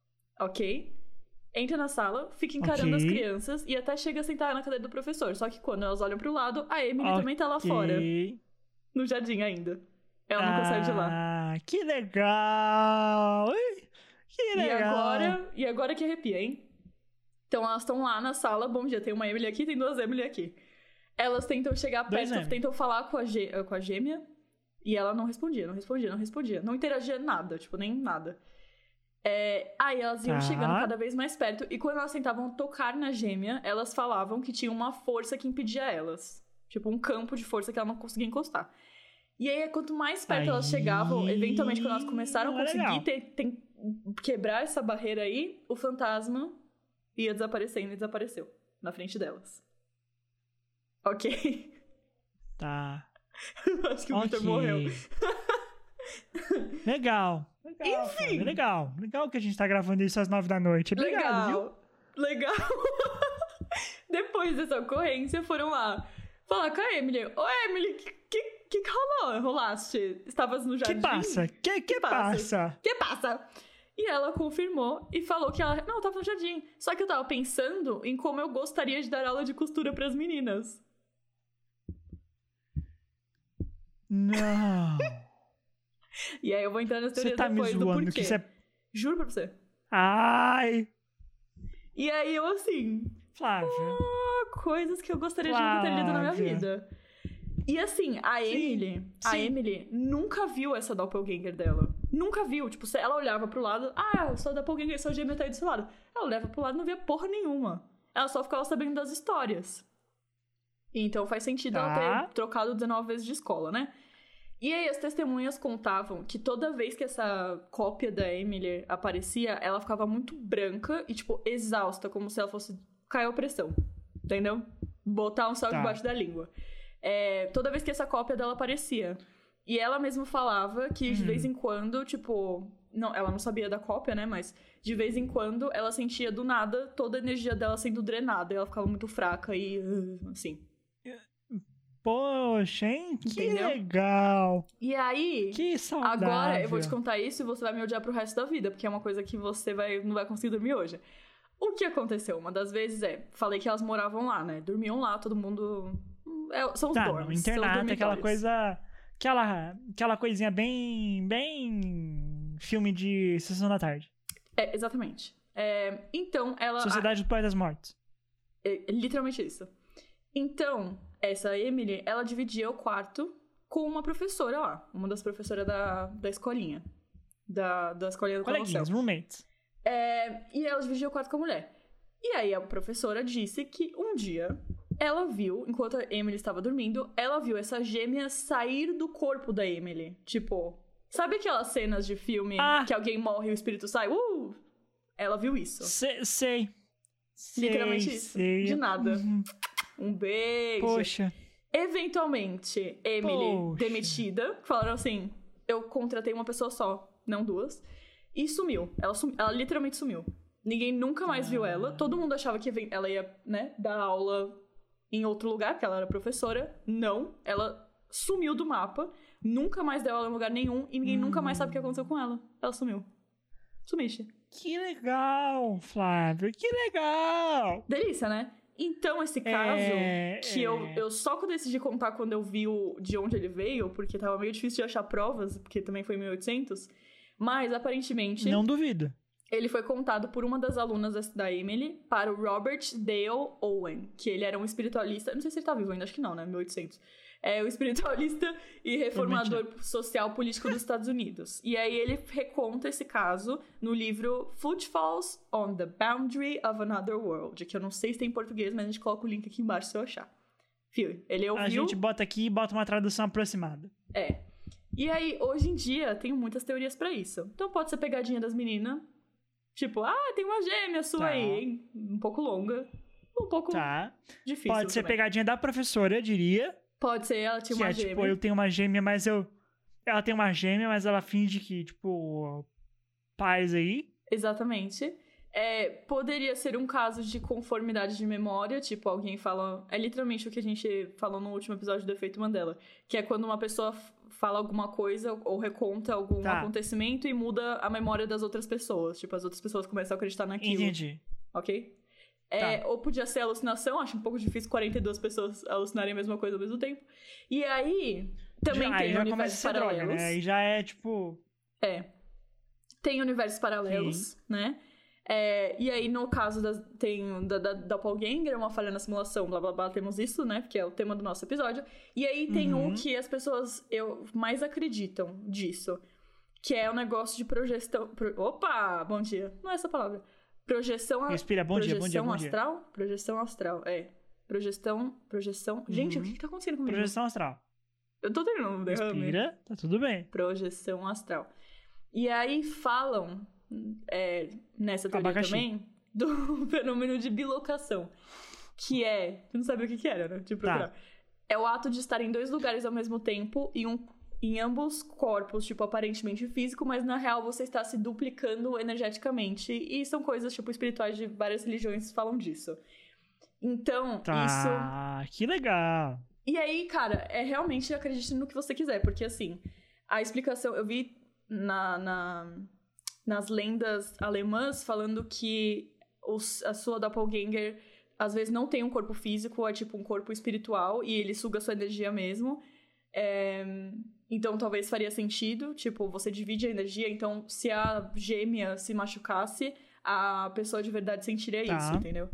ok? Entra na sala, fica encarando Ok. as crianças e até chega a sentar na cadeira do professor. Só que quando elas olham pro lado, a Emily também tá lá Ok. fora, no jardim ainda. Ela nunca saiu de lá. Ah, que legal. Ui, que E legal. agora, e agora que arrepia, hein? Então elas estão lá na sala, bom dia, tem uma Emily aqui, tem duas Emily aqui. Elas tentam chegar Dois perto, Emily. tentam falar com a, gê- com a gêmea, e ela não respondia, não respondia, não respondia. Não interagia nada, tipo, nem nada. É, aí elas iam Tá. chegando cada vez mais perto, e quando elas tentavam tocar na gêmea, elas falavam que tinha uma força que impedia elas. Tipo, um campo de força que ela não conseguia encostar. E aí, quanto mais perto elas Aí, chegavam, eventualmente, quando elas começaram a é conseguir legal. ter- tem- quebrar essa barreira aí, o fantasma ia desaparecendo e desapareceu na frente delas. Ok? Tá. Acho que o Ok. Victor morreu. Legal. Legal, Enfim. Flávia, legal. Legal que a gente tá gravando isso às nove da noite. Obrigado, viu? Legal. Legal. Depois dessa ocorrência, foram lá falar com a Emily. Ô, Emily, que que, que que rolou? Rolaste? Estavas no jardim? Que passa? Que, que passa? Que passa? E ela confirmou e falou que ela... Não, eu tava no jardim. Só que eu tava pensando em como eu gostaria de dar aula de costura pras meninas. Não. E aí eu vou entrar nas Você teorias tá me depois do zoando porquê. que isso é... Juro pra você. Ai, E aí eu, assim... Flávia. ah, coisas que eu gostaria de nunca ter lido na minha Flávia. vida. E assim, a Emily... A sim. Emily nunca viu essa doppelganger dela. Nunca viu. Tipo, se ela olhava pro lado... Ah, eu sou doppelganger, sua gêmea tá aí do seu lado. Ela olhava pro lado e não via porra nenhuma. Ela só ficava sabendo das histórias. E então faz sentido Tá. ela ter trocado dezenove vezes de escola, né? E aí as testemunhas contavam que toda vez que essa cópia da Emily aparecia, ela ficava muito branca e, tipo, exausta, como se ela fosse cair a pressão. Entendeu? Botar um sal Tá. debaixo da língua. É, toda vez que essa cópia dela aparecia. E ela mesma falava que de Hum. vez em quando, tipo... Não, ela não sabia da cópia, né? Mas de vez em quando ela sentia do nada toda a energia dela sendo drenada. E ela ficava muito fraca e... uh, assim. Poxa, hein? Que Entendeu? legal. E aí... Que saudável. Agora eu vou te contar isso e você vai me odiar pro resto da vida, porque é uma coisa que você vai, não vai conseguir dormir hoje. O que aconteceu? Uma das vezes é... Falei que elas moravam lá, né? Dormiam lá, todo mundo... É, são os Tá, dorms. no são os internato, aquela dormitórios. coisa... Aquela, aquela coisinha bem... Bem... Filme de Sessão da Tarde. É, exatamente. É, então, ela... Sociedade dos Poetas Mortos. É, é literalmente isso. Então, essa Emily, ela dividia o quarto com uma professora lá. Uma das professoras da, da escolinha. Da, da escolinha do Carrossel. Coleguinhas, roommates. É, e ela dividia o quarto com a mulher. E aí a professora disse que um dia ela viu, enquanto a Emily estava dormindo, ela viu essa gêmea sair do corpo da Emily. Tipo, sabe aquelas cenas de filme Ah. que alguém morre e o espírito sai? Uh! Ela viu isso. Se- sei. Sei, Literalmente isso. sei. De nada. Uhum. Um beijo. Poxa. Eventualmente, Emily Poxa. demitida, falaram assim: eu contratei uma pessoa só, não duas, e sumiu. Ela, sum... ela literalmente sumiu. Ninguém nunca mais viu ela. Todo mundo achava que ela ia, né, dar aula em outro lugar, porque ela era professora. Não, ela sumiu do mapa, nunca mais deu aula em lugar nenhum, e ninguém Hum. nunca mais sabe o que aconteceu com ela. Ela sumiu. Sumiste. Que legal, Flávio. Que legal. Delícia, né? Então, esse caso, É, que é. eu, eu só decidi contar quando eu vi o, de onde ele veio, porque tava meio difícil de achar provas, porque também foi em mil e oitocentos, mas, aparentemente, Não duvido. ele foi contado por uma das alunas da- da Emily para o Robert Dale Owen, que ele era um espiritualista, não sei se ele tá vivo ainda, acho que não, né, mil e oitocentos. É o espiritualista e reformador social político dos Estados Unidos. E aí ele reconta esse caso no livro Footfalls on the Boundary of Another World, que eu não sei se tem em português, mas a gente coloca o link aqui embaixo se eu achar. Fio, ele ouviu... A gente bota aqui e bota uma tradução aproximada. É. E aí, hoje em dia, tem muitas teorias pra isso. Então pode ser pegadinha das meninas. Tipo, ah, tem uma gêmea sua Tá. aí, hein? Um pouco longa. Um pouco Tá. difícil Pode ser também. pegadinha da professora, eu diria. Pode ser, ela tinha Que uma é gêmea. tipo, eu tenho uma gêmea, mas eu. Ela tem uma gêmea, mas ela finge que, tipo. Paz aí. Exatamente. É, poderia ser um caso de conformidade de memória, tipo, alguém fala... É literalmente o que a gente falou no último episódio do Efeito Mandela. Que é quando uma pessoa f- fala alguma coisa ou reconta algum Tá. acontecimento e muda a memória das outras pessoas. Tipo, as outras pessoas começam a acreditar naquilo. Entendi. Ok? É, ou podia ser alucinação, acho um pouco difícil quarenta e duas pessoas alucinarem a mesma coisa ao mesmo tempo. E aí, também já, tem aí já começa a universos ser droga, paralelos. né? Aí já é tipo. É. Tem universos paralelos, né? É, e aí, no caso, das, tem da, da Doppelganger, uma falha na simulação, blá blá blá, temos isso, né? Porque é o tema do nosso episódio. E aí tem Uhum. um que as pessoas eu, mais acreditam disso, que é o negócio de projeção... Pro, opa! Bom dia. Não é essa palavra. Projeção... a- Respira, bom dia, projeção bom dia, bom dia. astral? Projeção astral, é. Projeção... Projeção... Gente, Uhum. o que que tá acontecendo comigo? Projeção astral. Eu tô tendo um derrame. Respira, tá tudo bem. Projeção astral. E aí falam, é, nessa teoria Abacaxi. também, do fenômeno de bilocação. Que é... Eu não sabia o que que era, né? Tipo, Tá. procurar. É o ato de estar em dois lugares ao mesmo tempo e um... Em ambos corpos, tipo, aparentemente físico, mas na real você está se duplicando energeticamente. E são coisas, tipo, espirituais de várias religiões falam disso. Então, isso... Tá. Que legal. E aí, cara, é realmente acredite no que você quiser, porque assim, a explicação, eu vi na, na- nas lendas alemãs falando que os, a sua doppelganger às vezes não tem um corpo físico, é tipo um corpo espiritual e ele suga a sua energia mesmo. É, então talvez faria sentido, tipo, você divide a energia, então se a gêmea se machucasse, a pessoa de verdade sentiria Tá. isso, entendeu?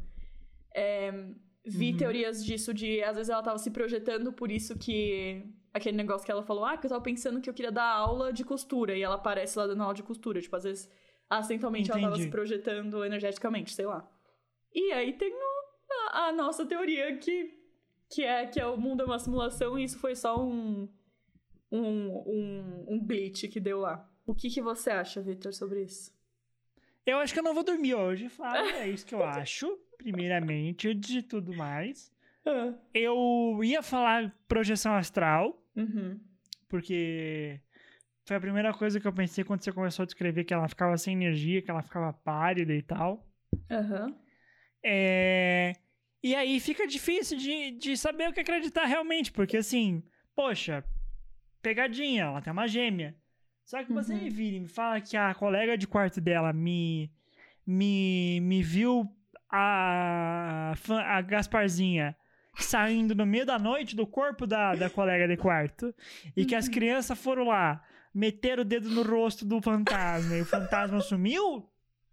É, vi Uhum. teorias disso de, às vezes ela tava se projetando, por isso que aquele negócio que ela falou, ah, que eu tava pensando que eu queria dar aula de costura, e ela aparece lá dando aula de costura, tipo, às vezes acidentalmente ela tava Entendi. se projetando energeticamente, sei lá. E aí tem o- a, a nossa teoria que, que, é, que é o mundo é uma simulação e isso foi só um, um, um, um glitch que deu lá. O que, que você acha, Victor, sobre isso? Eu acho que eu não vou dormir hoje, Flávio. É isso que eu acho. Primeiramente, antes de tudo mais. Ah. Eu ia falar projeção astral, Uhum. porque foi a primeira coisa que eu pensei quando você começou a descrever que ela ficava sem energia, que ela ficava pálida e tal. Aham. É... E aí fica difícil de, de saber o que acreditar realmente, porque assim, poxa, pegadinha, ela tem uma gêmea. Só que você Uhum. me vira e me fala que a colega de quarto dela me, me, me viu a, a Gasparzinha saindo no meio da noite do corpo da, da colega de quarto e que as crianças foram lá, meteram o dedo no rosto do fantasma e o fantasma sumiu,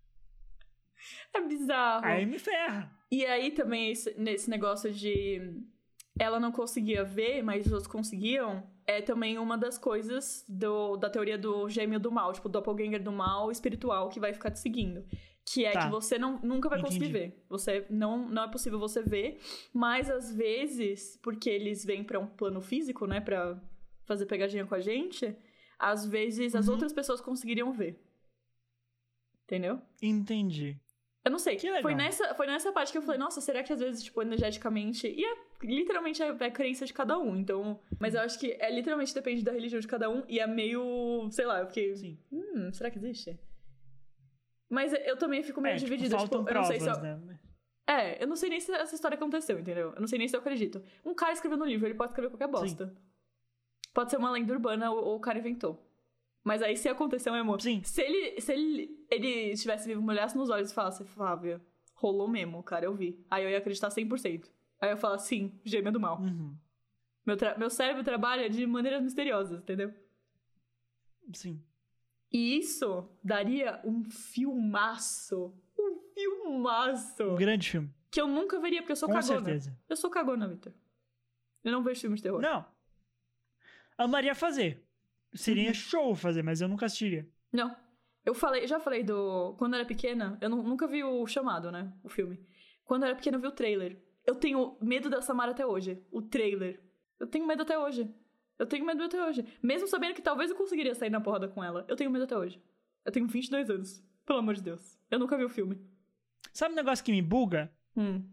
É bizarro. aí me ferra. E aí também esse, nesse negócio de ela não conseguia ver, mas os outros conseguiam, é também uma das coisas do, da teoria do gêmeo do mal, tipo, o doppelganger do mal espiritual que vai ficar te seguindo. Que é Tá. que você não, nunca vai Entendi. conseguir ver. Você não, não é possível você ver, mas às vezes, porque eles vêm pra um plano físico, né, pra fazer pegadinha com a gente, às vezes as Uhum. outras pessoas conseguiriam ver. Entendeu? Entendi. Eu não sei. Que legal. Foi nessa, foi nessa parte que eu falei, nossa, será que às vezes, tipo, energeticamente... E é literalmente é a crença de cada um, então... Mas eu acho que é literalmente depende da religião de cada um e é meio... Sei lá, eu fiquei... Sim. Hum, será que existe? Mas eu também fico meio É, tipo, dividida. faltam Tipo, eu não sei provas, se eu... né? É, eu não sei nem se essa história aconteceu, entendeu? Eu não sei nem se eu acredito. Um cara escreveu no livro, ele pode escrever qualquer bosta. Pode ser uma lenda urbana ou, ou o cara inventou. Mas aí se aconteceu, meu amor... Sim. Se ele, se ele, ele estivesse vivo, me olhasse nos olhos e falasse, Flávia, rolou mesmo, cara, eu vi. Aí eu ia acreditar cem por cento. Aí eu ia falar, sim, gêmea do mal. Uhum. Meu, tra- meu cérebro trabalha de maneiras misteriosas, entendeu? Sim. E isso daria um filmaço. Um filmaço. Um grande filme. Que eu nunca veria, porque eu sou Com cagona. certeza. Eu sou cagona, Victor. Eu não vejo filmes de terror. Não. Amaria fazer. Seria Uhum. show fazer, mas eu nunca assistiria. Não. Eu falei, já falei do... Quando eu era pequena, eu nu- nunca vi o Chamado, né? O filme. Quando eu era pequena, eu vi o trailer. Eu tenho medo da Samara até hoje. O trailer. Eu tenho medo até hoje. Eu tenho medo até hoje. Mesmo sabendo que talvez eu conseguiria sair na porrada com ela. Eu tenho medo até hoje. Eu tenho vinte e dois anos. Pelo amor de Deus. Eu nunca vi o filme. Sabe um negócio que me buga? Hum.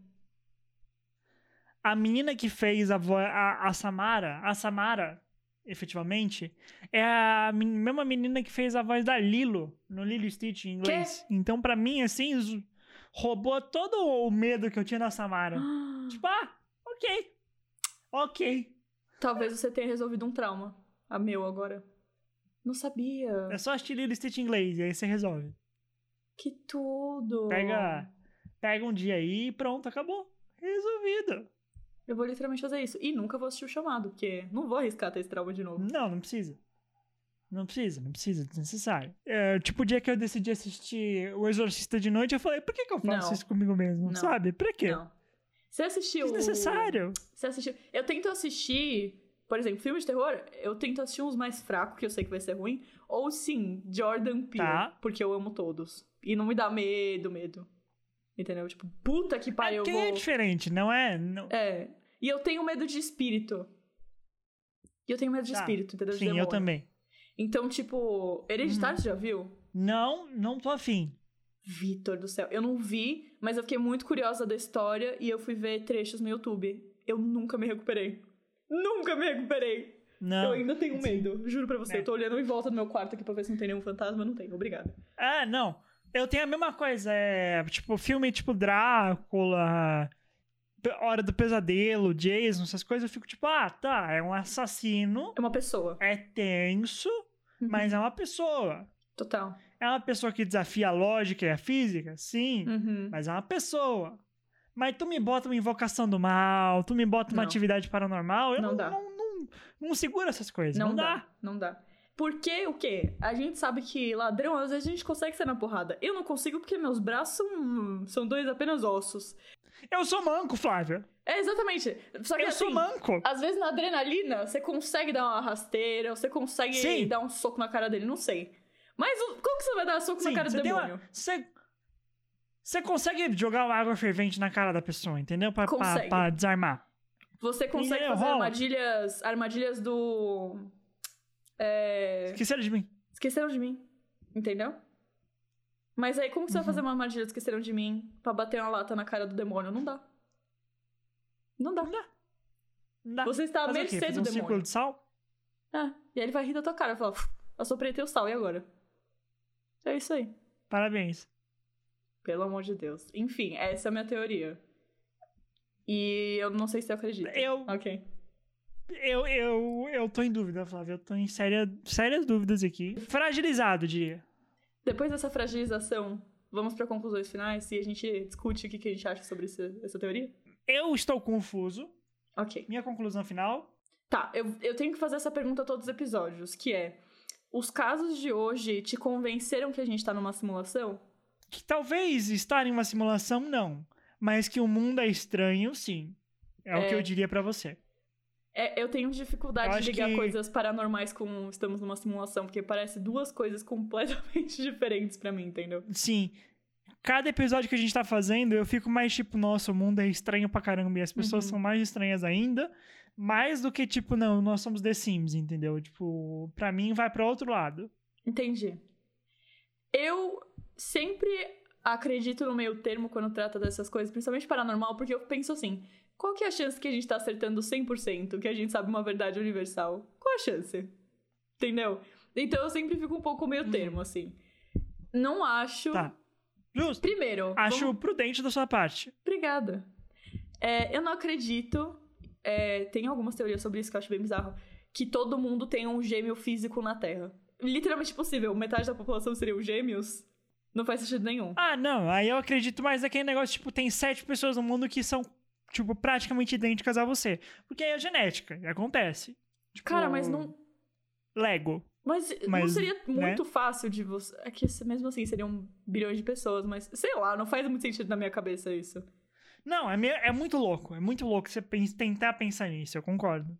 A menina que fez a, vo- a, a Samara, a Samara, efetivamente, é a men- mesma menina que fez a voz da Lilo, no Lilo e Stitch em inglês. Então, pra mim, assim, z- roubou todo o medo que eu tinha da Samara. Tipo, ah, ok. Ok. Talvez você tenha resolvido um trauma. A meu agora. Não sabia. É só assistir Lilo e Stitch em inglês, e aí você resolve. Que tudo. Pega, pega um dia aí e pronto, acabou. Resolvido. Eu vou literalmente fazer isso. E nunca vou assistir o Chamado, porque não vou arriscar ter esse trauma de novo. Não, não precisa. Não precisa, não precisa, desnecessário. É, tipo, o dia que eu decidi assistir O Exorcista de noite, eu falei, por que, que eu faço Não. isso comigo mesmo? Não. Sabe? Pra quê? Não. Você assistiu... Desnecessário. Você assistiu... Eu tento assistir... Por exemplo, filmes de terror, eu tento assistir uns mais fracos, que eu sei que vai ser ruim. Ou sim, Jordan Peele, Tá. porque eu amo todos. E não me dá medo, medo. Entendeu? Tipo, puta que É pariu, eu porque vou... é diferente, não é? Não... É. E eu tenho medo de espírito. E eu tenho medo de Tá. espírito, entendeu? De Sim, eu demônio. também. Então, tipo, Hereditário, Uhum. você já viu? Não, não tô afim. Vitor do céu. Eu não vi, mas eu fiquei muito curiosa da história e eu fui ver trechos no YouTube. Eu nunca me recuperei. Nunca me recuperei. Não. Eu ainda tenho medo. Juro pra você. É. Eu tô olhando em volta do meu quarto aqui pra ver se não tem nenhum fantasma. Não tem. Obrigada. Ah, não. Eu tenho a mesma coisa. É, tipo, filme tipo Drácula, Pe- Hora do Pesadelo, Jason, essas coisas. Eu fico tipo, ah, tá, é um assassino, É uma pessoa. é tenso, Uhum. mas é uma pessoa. Total. É uma pessoa que desafia a lógica e a física? Sim, Uhum. mas é uma pessoa. Mas tu me bota uma invocação do mal, tu me bota uma Não. atividade paranormal, eu Não não, dá. não, não, não seguro essas coisas. Não, Não, dá. dá. Não dá. Porque o quê? A gente sabe que ladrão, às vezes a gente consegue ser na porrada. Eu não consigo porque meus braços são, são dois apenas ossos. Eu sou manco, Flávia. É, exatamente. Só que Eu assim, sou manco. às vezes na adrenalina, você consegue dar uma rasteira, você consegue Sim. dar um soco na cara dele, não sei. Mas o- como que você vai dar soco na Sim, cara do você tem uma- demônio? Você você consegue jogar uma água fervente na cara da pessoa, entendeu? Pra, pra, Consegue. pra desarmar. Você consegue Entendeu? fazer Rola. armadilhas, armadilhas do... É... Esqueceram de mim. Esqueceram de mim, entendeu? Mas aí como que você Uhum. vai fazer uma armadilha de esqueceram de mim pra bater uma lata na cara do demônio? Não dá. Não dá. Não dá. Não dá. Você está à Fazer o mercê quê? Fazer do um demônio. círculo de sal? Ah, e aí ele vai rir da tua cara e falar, eu só pretei o sal, e agora? É isso aí. Parabéns. Pelo amor de Deus. Enfim, essa é a minha teoria. E eu não sei se eu acredito. Eu- Ok. Eu, eu, eu tô em dúvida, Flávia. Eu tô em séria, sérias dúvidas aqui. Fragilizado, diria. Depois dessa fragilização, Vamos para conclusões finais e a gente discute o que, que a gente acha sobre essa, essa teoria? Eu estou confuso. Ok. Minha conclusão final... Tá, eu, eu tenho que fazer essa pergunta a todos os episódios, que é... Os casos de hoje te convenceram que a gente tá numa simulação? Que talvez estar em uma simulação, não. Mas que o mundo é estranho, sim. É, é... o que eu diria pra você. É, eu tenho dificuldade eu de ligar que... coisas paranormais com estamos numa simulação, porque parece duas coisas completamente diferentes pra mim, entendeu? Sim. Cada episódio que a gente tá fazendo, eu fico mais tipo, nossa, o mundo é estranho pra caramba e as pessoas Uhum. são mais estranhas ainda. Mais do que, tipo, não, nós somos The Sims, entendeu? Tipo, pra mim vai pra outro lado. Entendi. Eu sempre acredito no meio termo quando trata dessas coisas, principalmente paranormal, porque eu penso assim, qual que é a chance que a gente tá acertando cem por cento, que a gente sabe uma verdade universal? Qual a chance? Entendeu? Então eu sempre fico um pouco meio termo, hum. assim. Não acho... Tá. Justo. Primeiro... Acho vamos... prudente da sua parte. Obrigada. É, eu não acredito... É, tem algumas teorias sobre isso que eu acho bem bizarro. Que todo mundo tem um gêmeo físico na Terra. Literalmente possível. Metade da população seriam gêmeos. Não faz sentido nenhum. Ah, não. Aí eu acredito mais naquele negócio, tipo, tem sete pessoas no mundo que são, tipo, praticamente idênticas a você. Porque aí é genética. E acontece. Tipo, cara, mas não... Lego. Mas, mas não seria né? muito fácil de você... É que mesmo assim seriam bilhões de pessoas, mas... Sei lá, não faz muito sentido na minha cabeça isso. Não, é, meio, é muito louco. É muito louco você pensa, tentar pensar nisso, eu concordo.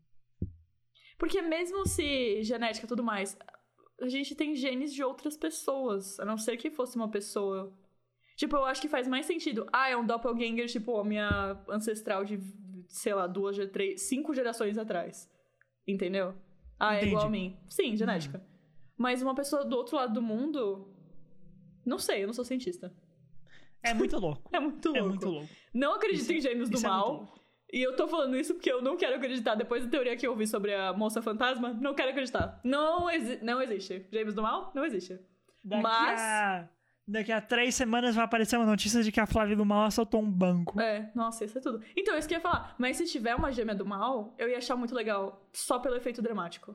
Porque mesmo se genética e tudo mais, a gente tem genes de outras pessoas. A não ser que fosse uma pessoa... Tipo, eu acho que faz mais sentido. Ah, é um doppelganger, tipo, a minha ancestral de, sei lá, duas, três, cinco gerações atrás. Entendeu? Ah, Entendi. é igual a mim. Sim, genética. Hum. Mas uma pessoa do outro lado do mundo... Não sei, eu não sou cientista. É muito louco. É muito louco. É muito louco. Não acredito isso, em gêmeos do mal. É e eu tô falando isso porque eu não quero acreditar. Depois da teoria que eu ouvi sobre a moça fantasma, não quero acreditar. Não, exi- não existe. Gêmeos do mal? Não existe. Daqui Mas... A... Daqui a três semanas vai aparecer uma notícia de que a Flávia do Mal assaltou um banco. É, nossa, isso é tudo. Então, isso que eu ia falar. Mas se tiver uma gêmea do mal, eu ia achar muito legal. Só pelo efeito dramático.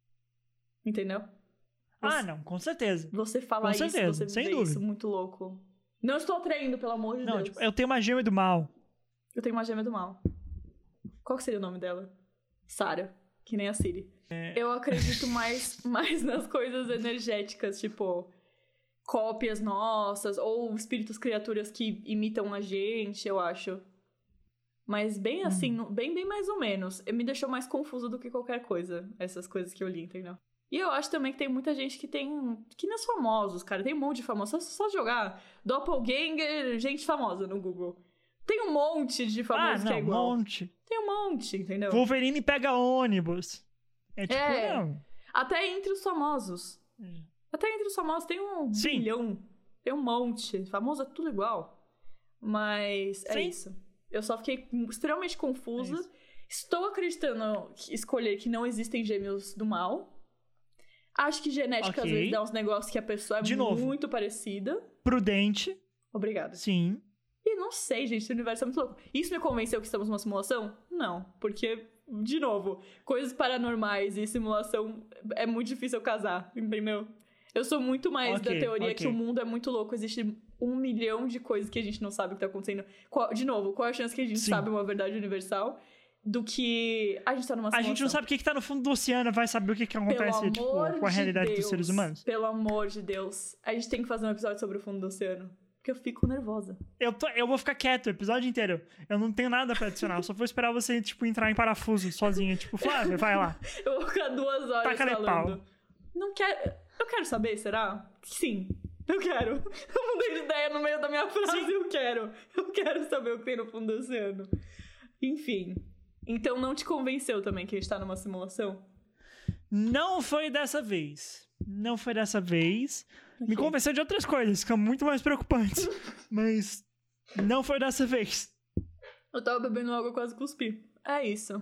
Entendeu? Você, ah, não, com certeza. Você falar com isso, certeza, você sem vê dúvida. isso muito louco. Não estou atraindo, pelo amor de não, Deus. Tipo, eu tenho uma gêmea do mal. Eu tenho uma gêmea do mal. Qual que seria o nome dela? Sarah. Que nem a Siri. É... Eu acredito mais, mais nas coisas energéticas, tipo... cópias nossas, ou espíritos, criaturas que imitam a gente, eu acho. Mas bem assim, hum. bem, bem mais ou menos. Me deixou mais confuso do que qualquer coisa, essas coisas que eu li, entendeu? E eu acho também que tem muita gente que tem... Que nem os famosos, cara. Tem um monte de famosos. Só, só jogar doppelganger, gente famosa no Google. Tem um monte de famosos ah, não, que é igual. um monte. Tem um monte, entendeu? Wolverine pega ônibus. É tipo, é, não. Até entre os famosos. Hum. Até entre os famosos tem um Sim. bilhão. Tem um monte. Famoso é tudo igual. Mas é Sim. isso. Eu só fiquei extremamente confusa. É Estou acreditando que escolher que não existem gêmeos do mal. Acho que genética okay. às vezes dá uns negócios que a pessoa é De muito novo. parecida. Prudente. Obrigada. Sim. E não sei, gente. O universo é muito louco. Isso me convenceu que estamos numa simulação? Não. Porque... De novo, coisas paranormais e simulação é muito difícil eu casar, entendeu? Eu sou muito mais okay, da teoria okay. que o mundo é muito louco. Existe um milhão de coisas que a gente não sabe o que tá acontecendo. Qual, de novo, qual é a chance que a gente Sim. sabe uma verdade universal do que a gente tá numa simulação? A gente não sabe o que, que tá no fundo do oceano, vai saber o que, que acontece tipo, com a realidade de Deus, dos seres humanos. Pelo amor de Deus. A gente tem que fazer um episódio sobre o fundo do oceano. Porque eu fico nervosa. Eu, tô, eu vou ficar quieto o episódio inteiro. Eu não tenho nada pra adicionar. Eu só vou esperar você, tipo, entrar em parafuso sozinha. Tipo, Flávia, vai lá. Eu vou ficar duas horas Taca-lhe falando. pau. Não quero... Eu quero saber, será? Sim. Eu quero. Eu mudei de ideia no meio da minha frase. Sim. Eu quero. Eu quero saber o que tem no fundo do oceano. Enfim. Então não te convenceu também que a gente tá numa simulação? Não foi dessa vez. Não foi dessa vez. Okay. Me convenceu de outras coisas, que são muito mais preocupantes. Mas não foi dessa vez. Eu tava bebendo água e quase cuspi. É isso.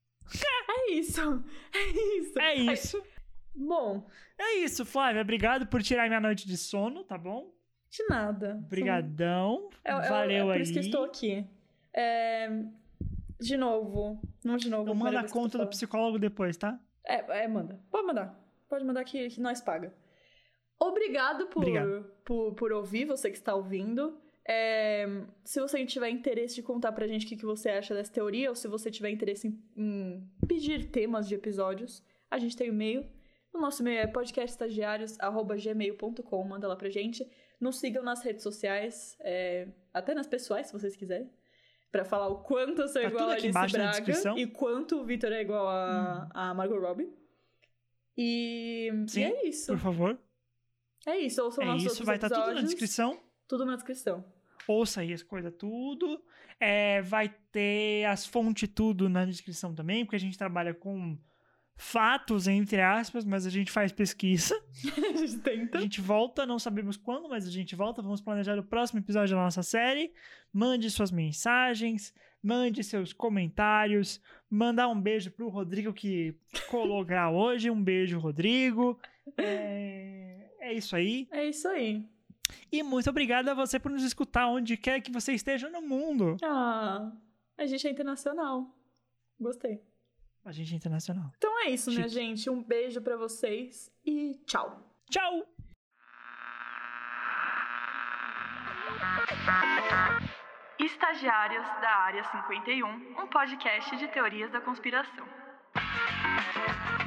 É isso. É isso. É isso. É... Bom. É isso, Flávia. Obrigado por tirar minha noite de sono, tá bom? De nada. Obrigadão. É, Valeu é, é por aí. isso que eu estou aqui. É... De novo. Não de novo. Eu mando a conta do psicólogo depois, tá? É, é, manda. Pode mandar. Pode mandar que, que nós paga. Obrigado por, Obrigado. por, por ouvir, você que está ouvindo. É, se você tiver interesse de contar pra gente o que, que você acha dessa teoria, ou se você tiver interesse em, em pedir temas de episódios, a gente tem um e-mail. O nosso e-mail é podcastestagiários arroba gmail ponto com. Manda lá pra gente. Nos sigam nas redes sociais, é, até nas pessoais, se vocês quiserem, pra falar o quanto eu sou Tá igual tudo a aqui Alice embaixo na Braga descrição. e quanto o Vitor é igual a, Hum. a Margot Robbie. E, Sim, e é isso. Por favor. É isso. Ouçam É nossos isso, outros vai estar tudo na episódios. descrição. Tudo na descrição. Ouça aí as coisas tudo. É, vai ter as fontes tudo na descrição também, porque a gente trabalha com fatos, entre aspas, mas a gente faz pesquisa. A gente tenta. A gente volta, não sabemos quando, mas a gente volta. Vamos planejar o próximo episódio da nossa série. Mande suas mensagens, mande seus comentários, mandar um beijo pro Rodrigo que colou grau hoje. Um beijo, Rodrigo. É, é isso aí. É isso aí. E muito obrigado a você por nos escutar onde quer que você esteja no mundo. Ah, a gente é internacional. Gostei. A gente é internacional. Então é isso, minha Chique. gente. Um beijo pra vocês e tchau. Tchau! Estagiários da Área cinquenta e um, um podcast de teorias da conspiração.